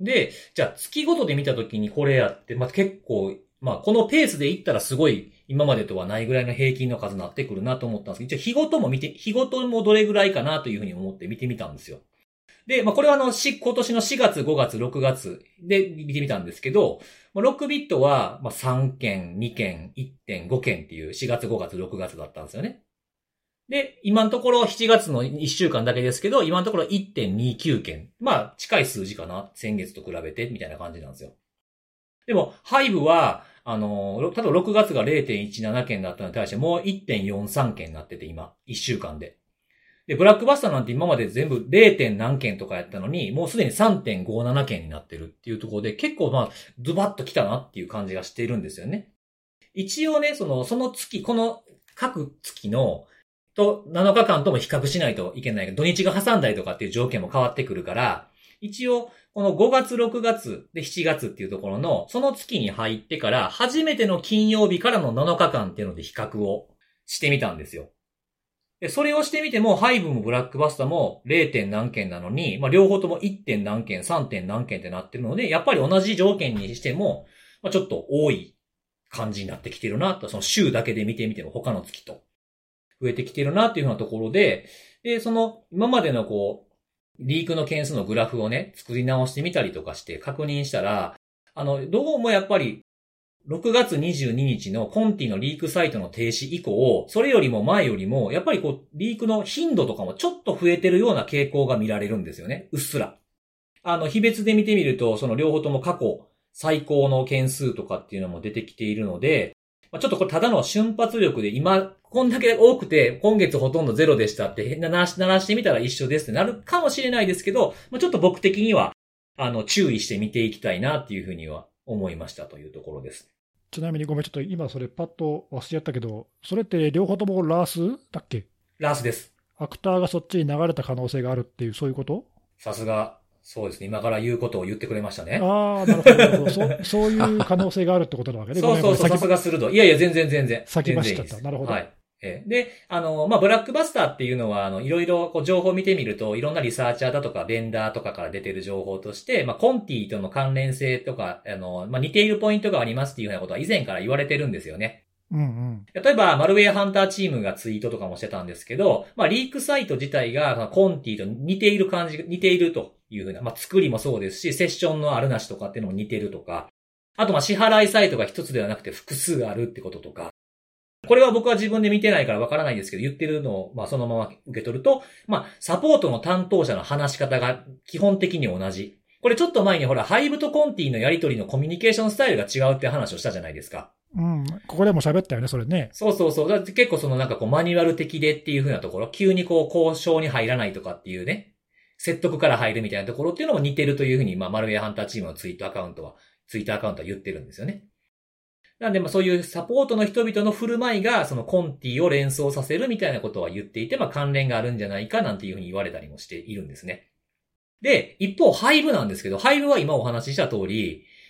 で、じゃあ月ごとで見たときにこれやって、結構、このペースでいったらすごい、今までとはないぐらいの平均の数になってくるなと思ったんですけど、一応日ごともどれぐらいかなというふうに思って見てみたんですよ。で、これは今年の4月、5月、6月で見てみたんですけど、ロックビットは3件、2件、1.5 件っていう4月、5月、6月だったんですよね。で、今のところ7月の1週間だけですけど、今のところ 1.29 件。近い数字かな。先月と比べて、みたいな感じなんですよ。でも、ハイブは、例えば6月が 0.17 件だったのに対してもう 1.43 件になってて今、1週間で。で、ブラックバスターなんて今まで全部 0. 何件とかやったのに、もうすでに 3.57 件になってるっていうところで、結構ズバッと来たなっていう感じがしているんですよね。一応ね、その月、この各月の、と7日間とも比較しないといけないけど、土日が挟んだりとかっていう条件も変わってくるから、一応、この5月、6月で7月っていうところの、その月に入ってから、初めての金曜日からの7日間っていうので比較をしてみたんですよ。で、それをしてみても、ハイブもブラックバスタも 0. 何件なのに、両方とも 1. 何件、3. 何件ってなってるので、やっぱり同じ条件にしても、ちょっと多い感じになってきてるなと、その週だけで見てみても他の月と増えてきてるなっていうようなところで、で、その今までのリークの件数のグラフをね、作り直してみたりとかして確認したら、どうもやっぱり、6月22日のコンティのリークサイトの停止以降、それよりも前よりも、やっぱりリークの頻度とかもちょっと増えてるような傾向が見られるんですよね。うっすら。比別で見てみると、その両方とも過去最高の件数とかっていうのも出てきているので、ちょっとこれただの瞬発力で今、こんだけ多くて今月ほとんどゼロでしたって鳴らしてみたら一緒ですってなるかもしれないですけど、ちょっと僕的には、注意して見ていきたいなっていうふうには思いましたというところです。 ちなみにごめん、ちょっと今それパッと忘れちゃったけど、それって両方ともラースだっけ？ ラースです。 アクターがそっちに流れた可能性があるっていう、そういうこと？ さすが。そうですね。今から言うことを言ってくれましたね。 ああ、なるほど。そういう可能性があるってことなわけね。 そう、さすが鋭い。いや、全然。 先走っちゃった。なるほど。 はい。で、ブラックバスターっていうのは、いろいろ情報を見てみると、いろんなリサーチャーだとか、ベンダーとかから出てる情報として、コンティとの関連性とか、似ているポイントがありますっていうようなことは以前から言われてるんですよね。例えば、マルウェアハンターチームがツイートとかもしてたんですけど、リークサイト自体が、コンティと似ているというふうな、作りもそうですし、セッションのあるなしとかっていうのも似てるとか、あと支払いサイトが一つではなくて複数あるってこととか、これは僕は自分で見てないからわからないですけど、言ってるのを、そのまま受け取ると、サポートの担当者の話し方が基本的に同じ。これちょっと前にハイブとコンティのやり取りのコミュニケーションスタイルが違うって話をしたじゃないですか。 ここでも喋ったよね、それね。 そう。だって結構マニュアル的でっていう風なところ、急に交渉に入らないとかっていうね、説得から入るみたいなところっていうのも似てるという風に、マルウェアハンターチームのツイッターアカウントは言ってるんですよね。なんで、そういうサポートの人々の振る舞いが、そのコンティを連想させるみたいなことは言っていて、関連があるんじゃないかなんていう風に言われたりもしているんですね。で、一方、ハイブなんですけど、ハイブは今お話しした通り、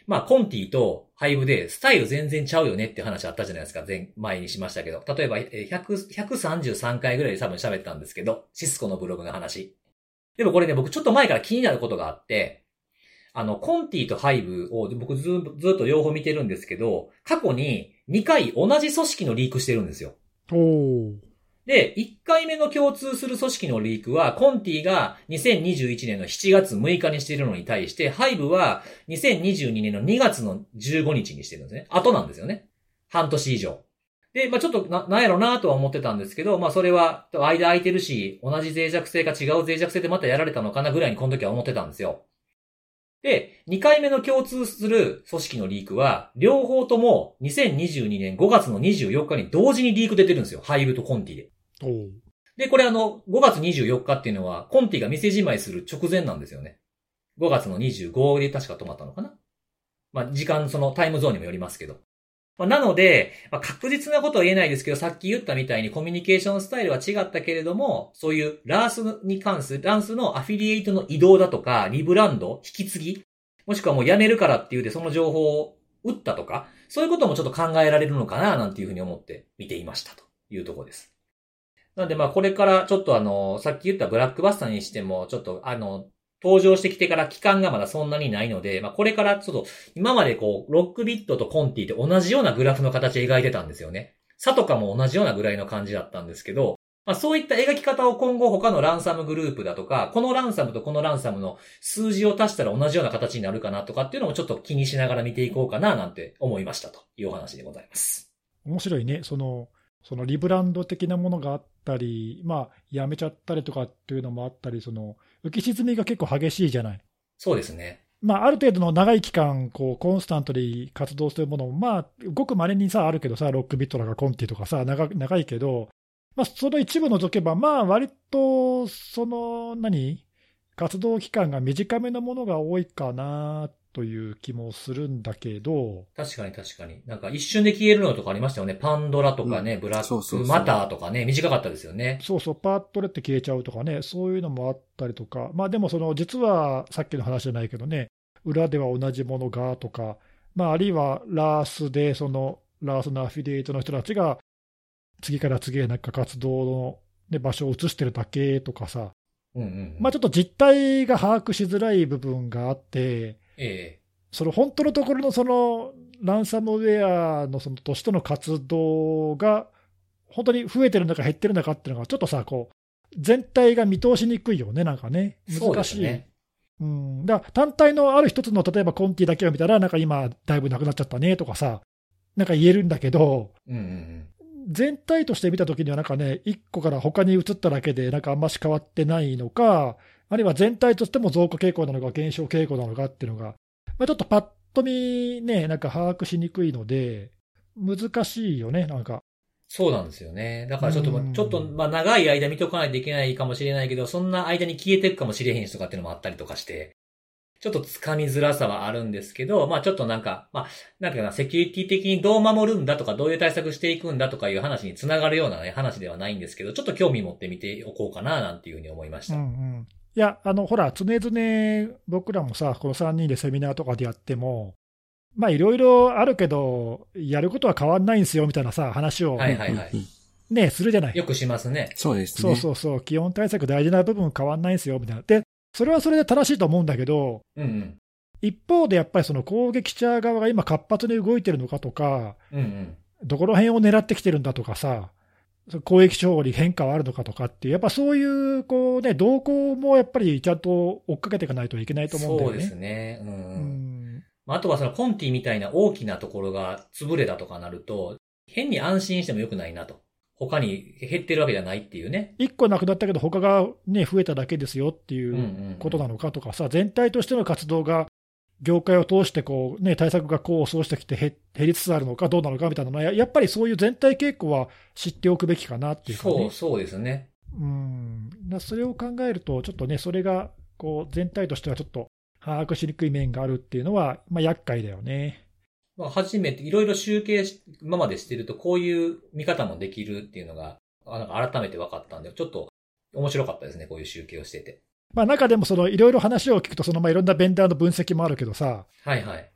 まあ、コンティとハイブでスタイル全然ちゃうよねって話あったじゃないですか。前にしましたけど。例えば、133回ぐらいで多分喋ったんですけど、シスコのブログの話。でもこれね、僕ちょっと前から気になることがあって、コンティとハイブを僕ずっと両方見てるんですけど、過去に2回同じ組織のリークしてるんですよ。で、1回目の共通する組織のリークは、コンティが2021年の7月6日にしているのに対して、ハイブは2022年の2月の15日にしてるんですね。後なんですよね。半年以上。で、まあちょっとなんやろなとは思ってたんですけど、まあそれは、間空いてるし、同じ脆弱性か違う脆弱性でまたやられたのかなぐらいにこの時は思ってたんですよ。で、2回目の共通する組織のリークは、両方とも2022年5月の24日に同時にリーク出てるんですよ。ハイブとコンティで。で、これ5月24日っていうのは、コンティが店じまいする直前なんですよね。5月の25で確か止まったのかな。まあ、時間、タイムゾーンにもよりますけど。まあ、なので、まあ、確実なことは言えないですけど、さっき言ったみたいにコミュニケーションスタイルは違ったけれども、そういうランスのアフィリエイトの移動だとか、リブランド、引き継ぎ、もしくはもう辞めるからっていうでその情報を打ったとか、そういうこともちょっと考えられるのかな、なんていうふうに思って見ていましたというところです。なのでまあこれからちょっとさっき言ったブラックバスターにしても、ちょっと登場してきてから期間がまだそんなにないので、まあこれからちょっと今までロックビットとコンティって同じようなグラフの形を描いてたんですよね。サとかも同じようなぐらいの感じだったんですけど、まあそういった描き方を今後他のランサムグループだとか、このランサムとこのランサムの数字を足したら同じような形になるかなとかっていうのもちょっと気にしながら見ていこうかななんて思いましたというお話でございます。 面白いね。そのリブランド的なものがあったり、まあ、やめちゃったりとかっていうのもあったり、浮き沈みが結構激しいじゃない。 そうですね。 まあ、ある程度の長い期間、コンスタントに活動するものも、まあ、ごく稀にさ、あるけどさ、ロックビットとかコンティとかさ、長いけど、まあ、その一部除けば、まあ、割と、活動期間が短めのものが多いかなという気もするんだけど。 確かに。なんか一瞬で消えるのとかありましたよね。パンドラとかね、ブラックマターとかね、短かったですよね。 そう、パーッとレって消えちゃうとかね、そういうのもあったりとか。まあでも実はさっきの話じゃないけどね、裏では同じものがとか、まああるいはラースで、ラースのアフィリエイトの人たちが、次から次へなんか活動の、ね、場所を移してるだけとかさ。まあちょっと実態が把握しづらい部分があって、本当のところのランサムウェアのとしての活動が本当に増えてるのか減ってるのかっていうのがちょっとさ全体が見通しにくいよね、なんかね、難しい。だから単体のある一つの例えばコンティだけを見たらなんか今だいぶなくなっちゃったねとかさ、なんか言えるんだけど、全体として見たときにはなんかね、1個から他に移っただけでなんかあんまし変わってないのか、あるいは全体としても増加傾向なのか減少傾向なのかっていうのが、まあ、ちょっとパッと見ね、なんか把握しにくいので、難しいよね、なんか。 そうなんですよね。だからちょっと、まあ長い間見とかないといけないかもしれないけど、そんな間に消えていくかもしれへんしとかっていうのもあったりとかして、ちょっと掴みづらさはあるんですけど、まあちょっとなんか、まあ、なんかセキュリティ的にどう守るんだとか、どういう対策していくんだとかいう話につながるようなね、話ではないんですけど、ちょっと興味持ってみておこうかな、なんていうふうに思いました。 いや、ほら、常々僕らもさ、この3人でセミナーとかでやっても、まあいろいろあるけど、やることは変わんないんですよみたいなさ、話を、ね、するじゃない。 よくしますね。 そうですね。 そう、基本対策大事な部分変わんないんですよみたいな。で、それはそれで正しいと思うんだけど、一方でやっぱり攻撃者側が今活発に動いてるのかとか、どこら辺を狙ってきてるんだとかさ、攻撃手法に変化はあるのかとかっていう、やっぱそういう動向もやっぱりちゃんと追っかけていかないといけないと思うんだよね。 そうですね。あとはコンティみたいな大きなところが潰れたとかなると、変に安心してもよくないなと。他に減ってるわけじゃないっていうね。 1個なくなったけど他がね、増えただけですよっていうことなのかとかさ、全体としての活動が業界を通して対策がそうしてきて減りつつあるのかどうなのかみたいなのは、やっぱりそういう全体傾向は知っておくべきかなっていうかね。 そうですね。 それを考えると、ちょっとね、それが全体としてはちょっと把握しにくい面があるっていうのは、まあ厄介だよね。 初めていろいろ集計今までしてると、こういう見方もできるっていうのが、なんか改めて分かったんで、ちょっと面白かったですね、こういう集計をしてて。 まあ中でもいろいろ話を聞くと、いろんなベンダーの分析もあるけどさ、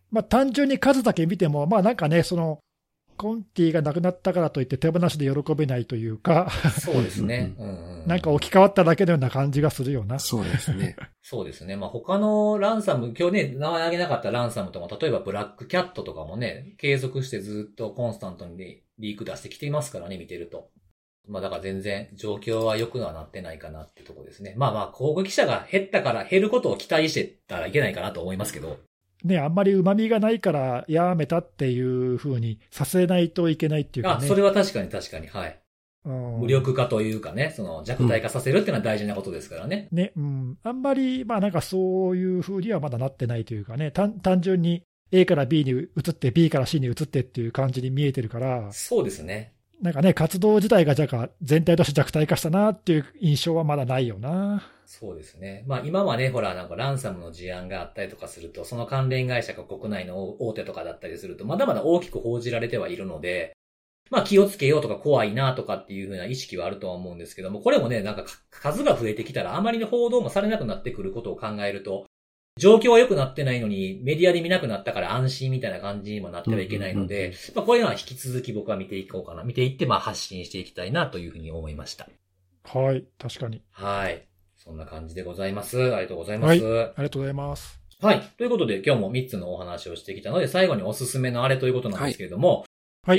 まあ単純に数だけ見ても、まあなんかね、コンティが亡くなったからといって手放しで喜べないというか、 そうですね。 なんか置き換わっただけのような感じがするよな。 そうですね。 そうですね。まあ他のランサム、今日ね、名前挙げなかったランサムとも、例えばブラックキャットとかもね、継続してずっとコンスタントにリーク出してきていますからね、見てると。まあだから全然状況は良くはなってないかなっていうところですね。まあまあ、広告者が減ったから減ることを期待してたらいけないかなと思いますけど。 ね、あんまり旨味がないからやめたっていう風にさせないといけないっていうかね。 それは確かに、はい。無力化というかね、弱体化させるっていうのは大事なことですからね。 ね、あんまり、まあなんかそういう風にはまだなってないというかね、単純に A から B に移って B から C に移ってっていう感じに見えてるから。 そうですね。 なんかね、活動自体が全体として弱体化したなっていう印象はまだないよな。 そうですね。まあ今はね、ほら、なんかランサムの事案があったりとかすると、その関連会社が国内の大手とかだったりすると、まだまだ大きく報じられてはいるので、まあ気をつけようとか怖いなとかっていう風な意識はあるとは思うんですけども、これもね、なんか数が増えてきたらあまりの報道もされなくなってくることを考えると、状況は良くなってないのにメディアで見なくなったから安心みたいな感じにもなってはいけないので、まあこういうのは引き続き僕は見ていこうかな。見ていってまあ発信していきたいなというふうに思いました。 はい、確かに。 はい。そんな感じでございます。ありがとうございます。 はい、ありがとうございます。 はい。ということで今日も3つのお話をしてきたので、最後におすすめのあれということなんですけれども、はい。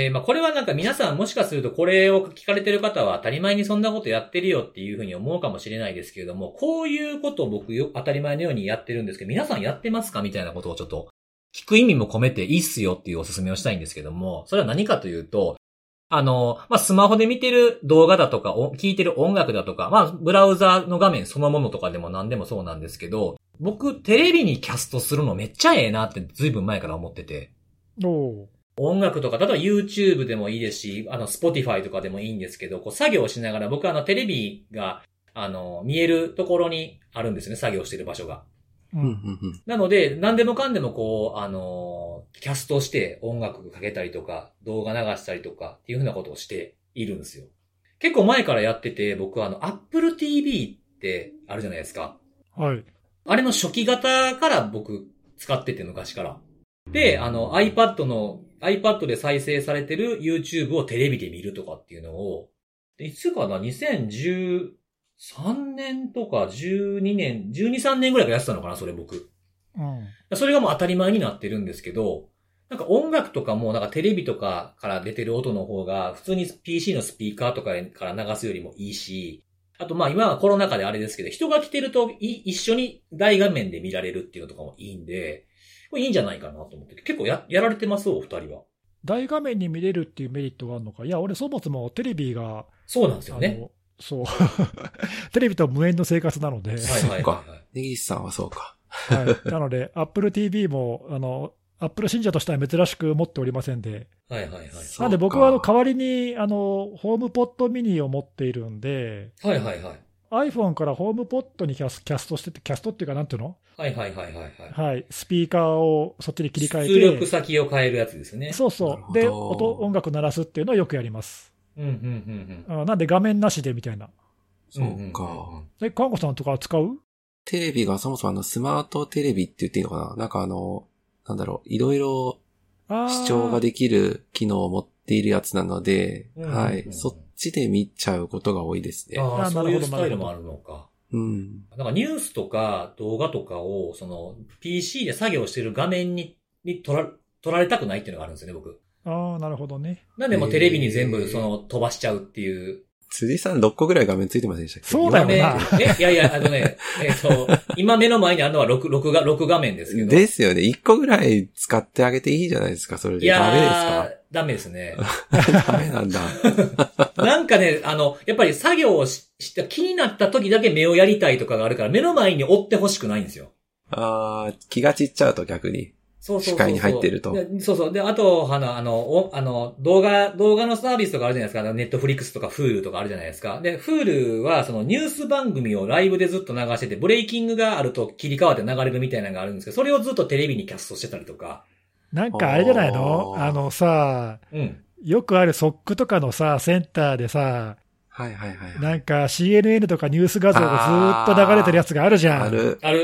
まあこれはなんか皆さんもしかするとこれを聞かれてる方は当たり前にそんなことやってるよっていうふうに思うかもしれないですけれども、こういうことを僕当たり前のようにやってるんですけど、皆さんやってますかみたいなことをちょっと聞く意味も込めていいっすよっていうおすすめをしたいんですけども、それは何かというと、まあ、スマホで見てる動画だとか、聞いてる音楽だとか、まあ、ブラウザの画面そのものとかでも何でもそうなんですけど、僕、テレビにキャストするのめっちゃええなってずいぶん前から思ってて。音楽とか、例えば YouTube でもいいですし、Spotify とかでもいいんですけど、こう作業しながら僕テレビが、見えるところにあるんですね、作業してる場所が。なので、何でもかんでもこう、キャストして音楽かけたりとか、動画流したりとかっていうふうなことをしているんですよ。結構前からやってて、僕Apple TV ってあるじゃないですか。 はい。 あれの初期型から僕使ってて昔から。で、iPad で再生されてる YouTube をテレビで見るとかっていうのを、いつかな、2013年とか12年、12、3年ぐらいからやってたのかな、それ僕。それがもう当たり前になってるんですけど、なんか音楽とかもなんかテレビとかから出てる音の方が普通に PC のスピーカーとかから流すよりもいいし、あとまあ今はコロナ禍であれですけど、人が来てると一緒に大画面で見られるっていうのとかもいいんで、これいいんじゃないかなと思って。結構やられてますお二人は。 大画面に見れるっていうメリットがあるのか。いや、俺そもそもテレビが。 そうなんですよね。 そう。テレビと無縁の生活なので。 そうか。根岸さんはそうか。 はい。なので、Apple TV も、Apple 信者としては珍しく持っておりませんで。 はいはいはい。 なんで僕は代わりに、ホームポットミニを持っているんで。 はいはいはい。 iPhone からホームポットにキャストしてて、キャストっていうかなんていうの？ はいはいはいはい。 はい。スピーカーをそっちに切り替えて。 出力先を変えるやつですね。 そうそう。で、音楽鳴らすっていうのはよくやります。なんで画面なしでみたいな。 そうか。 看護さんとか使う？ テレビがそもそもスマートテレビって言っていいのかな？なんかなんだろう、いろいろ視聴ができる機能を持っているやつなので、はい。そっちで見ちゃうことが多いですね。 ああ、そういうスタイルもあるのか。 うん。 なんかニュースとか動画とかを、PC で作業してる画面に撮られたくないっていうのがあるんですよね、僕。 ああ、なるほどね。 なんでもうテレビに全部飛ばしちゃうっていう。 辻さん6個ぐらい画面ついてませんでしたっけ？ そうだよな。 いやいや、今目の前にあるのは6画面ですけど。 ですよね。1個ぐらい使ってあげていいじゃないですか、それで。ダメですか？ ダメですね。 ダメなんだ。 なんかね、やっぱり作業をした気になった時だけ目をやりたいとかがあるから、目の前に追ってほしくないんですよ。 ああ、気が散っちゃうと逆に。視界に入ってると。 そうそう。で、あと、動画のサービスとかあるじゃないですか。ネットフリックスとか Hulu とかあるじゃないですか。で、Hulu はニュース番組をライブでずっと流してて、ブレイキングがあると切り替わって流れるみたいなのがあるんですけど、それをずっとテレビにキャストしてたりとか。 なんかあれじゃないの？よくあるソックとかのさ、センターでさ、 はいはいはい。 なんか CNN とかニュース画像がずーっと流れてるやつがあるじゃん。 ある。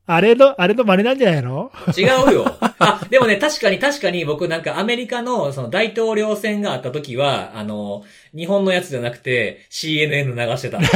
あれの真似なんじゃないの？ 違うよ。でもね、確かに僕なんかアメリカのその大統領選があった時は、日本のやつじゃなくて CNN 流してた。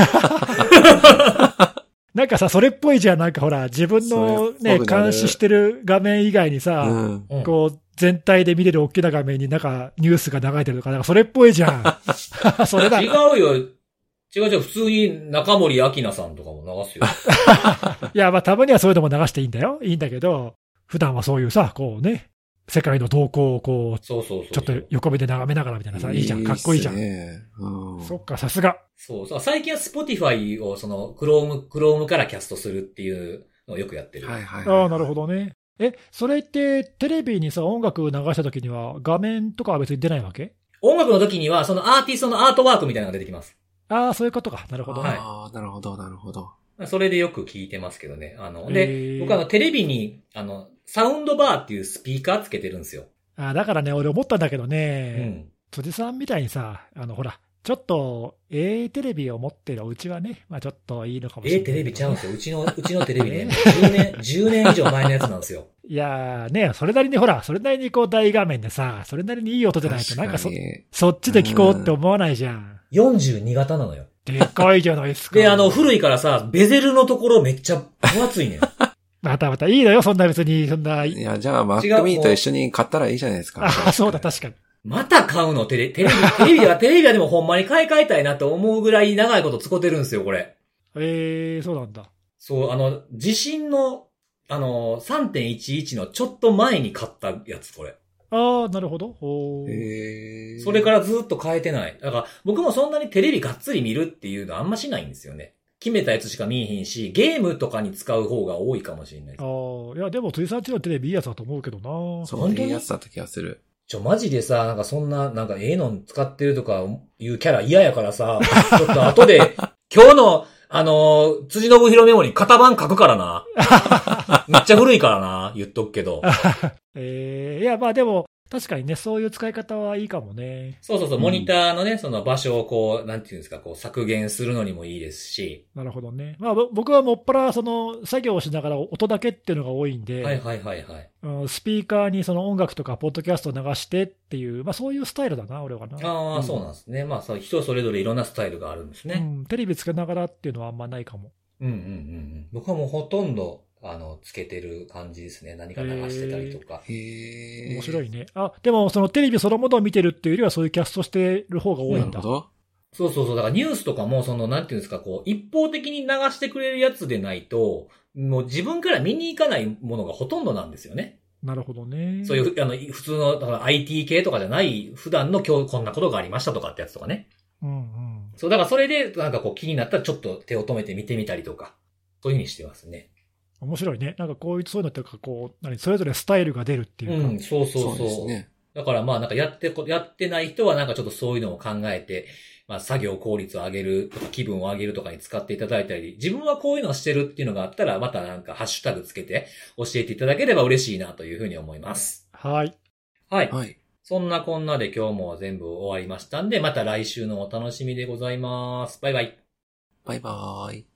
なんかさ、それっぽいじゃん。なんかほら、自分のね、監視してる画面以外にさ、こう、全体で見れる大きな画面になんかニュースが流れてるとか、なんかそれっぽいじゃん。それだ。 違うよ。違う、普通に中森明菜さんとかも流すよ。 いや、まあたまにはそういうのも流していいんだよ。いいんだけど、普段はそういうさ、こうね、世界の動向をこう、ちょっと横目で眺めながらみたいなさ、いいじゃん、かっこいいじゃん。そっか、さすが。 そう、最近は Spotify をその Chrome からキャストするっていうのをよくやってる。 ああ、なるほどね。それってテレビにさ、音楽流した時には画面とかは別に出ないわけ？ 音楽の時にはそのアーティストのアートワークみたいなのが出てきます。 ああ、そういうことか。なるほど。 ああ、なるほど。 それでよく聞いてますけどね。で、僕テレビに、サウンドバーっていうスピーカーつけてるんですよ。 だからね、俺思ったんだけどね、辻さんみたいにさ、ほら、ちょっと、テレビを持ってるお家はね、まあちょっといいのかもしれない、ね。 テレビちゃうんですよ。うちのテレビね、10年以上前のやつなんですよ。 いやーね、それなりにこう大画面でさ、それなりにいい音じゃないと、なんかそっちで聞こうって思わないじゃん。 42型なのよ。 でかいじゃないですか。 で、古いからさ、ベゼルのところめっちゃ分厚いねん。 またいいのよ、そんな別に、そんな。 いや、じゃあ Mac mini と一緒に買ったらいいじゃないですか。 そうだ、確かに。 また買うの？テレビはでもほんまに買い替えたいなと思うぐらい長いこと使ってるんですよ、これ。 そうなんだ。 そう、地震の、3.11 のちょっと前に買ったやつ、これ。 ああ、なるほど。 それからずっと変えてない。だから、僕もそんなにテレビがっつり見るっていうのあんましないんですよね。決めたやつしか見えへんし、ゲームとかに使う方が多いかもしれないです。 いや、でも、辻さんちのテレビいいやつだと思うけどな。 そう、いいやつだった気がする。 マジでさ、なんかそんな、なんかの使ってるとかいうキャラ嫌やからさ、ちょっと後で、今日の、辻信弘メモに型番書くからな。めっちゃ古いからな、言っとくけど。 いや、まあでも、確かにね、そういう使い方はいいかもね。 そう、モニターのね、その場所をこう、なんていうんですか、こう削減するのにもいいですし。 なるほどね。まあ僕はもっぱらその作業をしながら音だけっていうのが多いんで。 はい。 スピーカーにその音楽とかポッドキャストを流してっていう、まあそういうスタイルだな、俺はな。 そうなんですね。まあ人それぞれいろんなスタイルがあるんですね。 テレビつけながらっていうのはあんまないかも。 僕はもうほとんど、つけてる感じですね。何か流してたりとか。 面白いね。でもそのテレビそのものを見てるっていうよりはそういうキャストしてる方が多いんだ。なるほど。 そう。だからニュースとかもなんていうんですか、こう、一方的に流してくれるやつでないと、もう自分から見に行かないものがほとんどなんですよね。 なるほどね。 そういう、普通の、だから IT 系とかじゃない、普段の今日こんなことがありましたとかってやつとかね。そう、だからそれで、なんかこう気になったらちょっと手を止めて見てみたりとか、そういう風にしてますね。 面白いね。なんかそういうのってこう、それぞれスタイルが出るっていうか。 そうですね。だからまあなんかやってない人はなんかちょっとそういうのを考えて、まあ作業効率を上げるとか気分を上げるとかに使っていただいたり、自分はこういうのをしてるっていうのがあったら、またなんかハッシュタグつけて教えていただければ嬉しいなというふうに思います。 はい。 そんなこんなで今日も全部終わりましたんで、また来週のお楽しみでございます。バイバイ。 バイバーイ。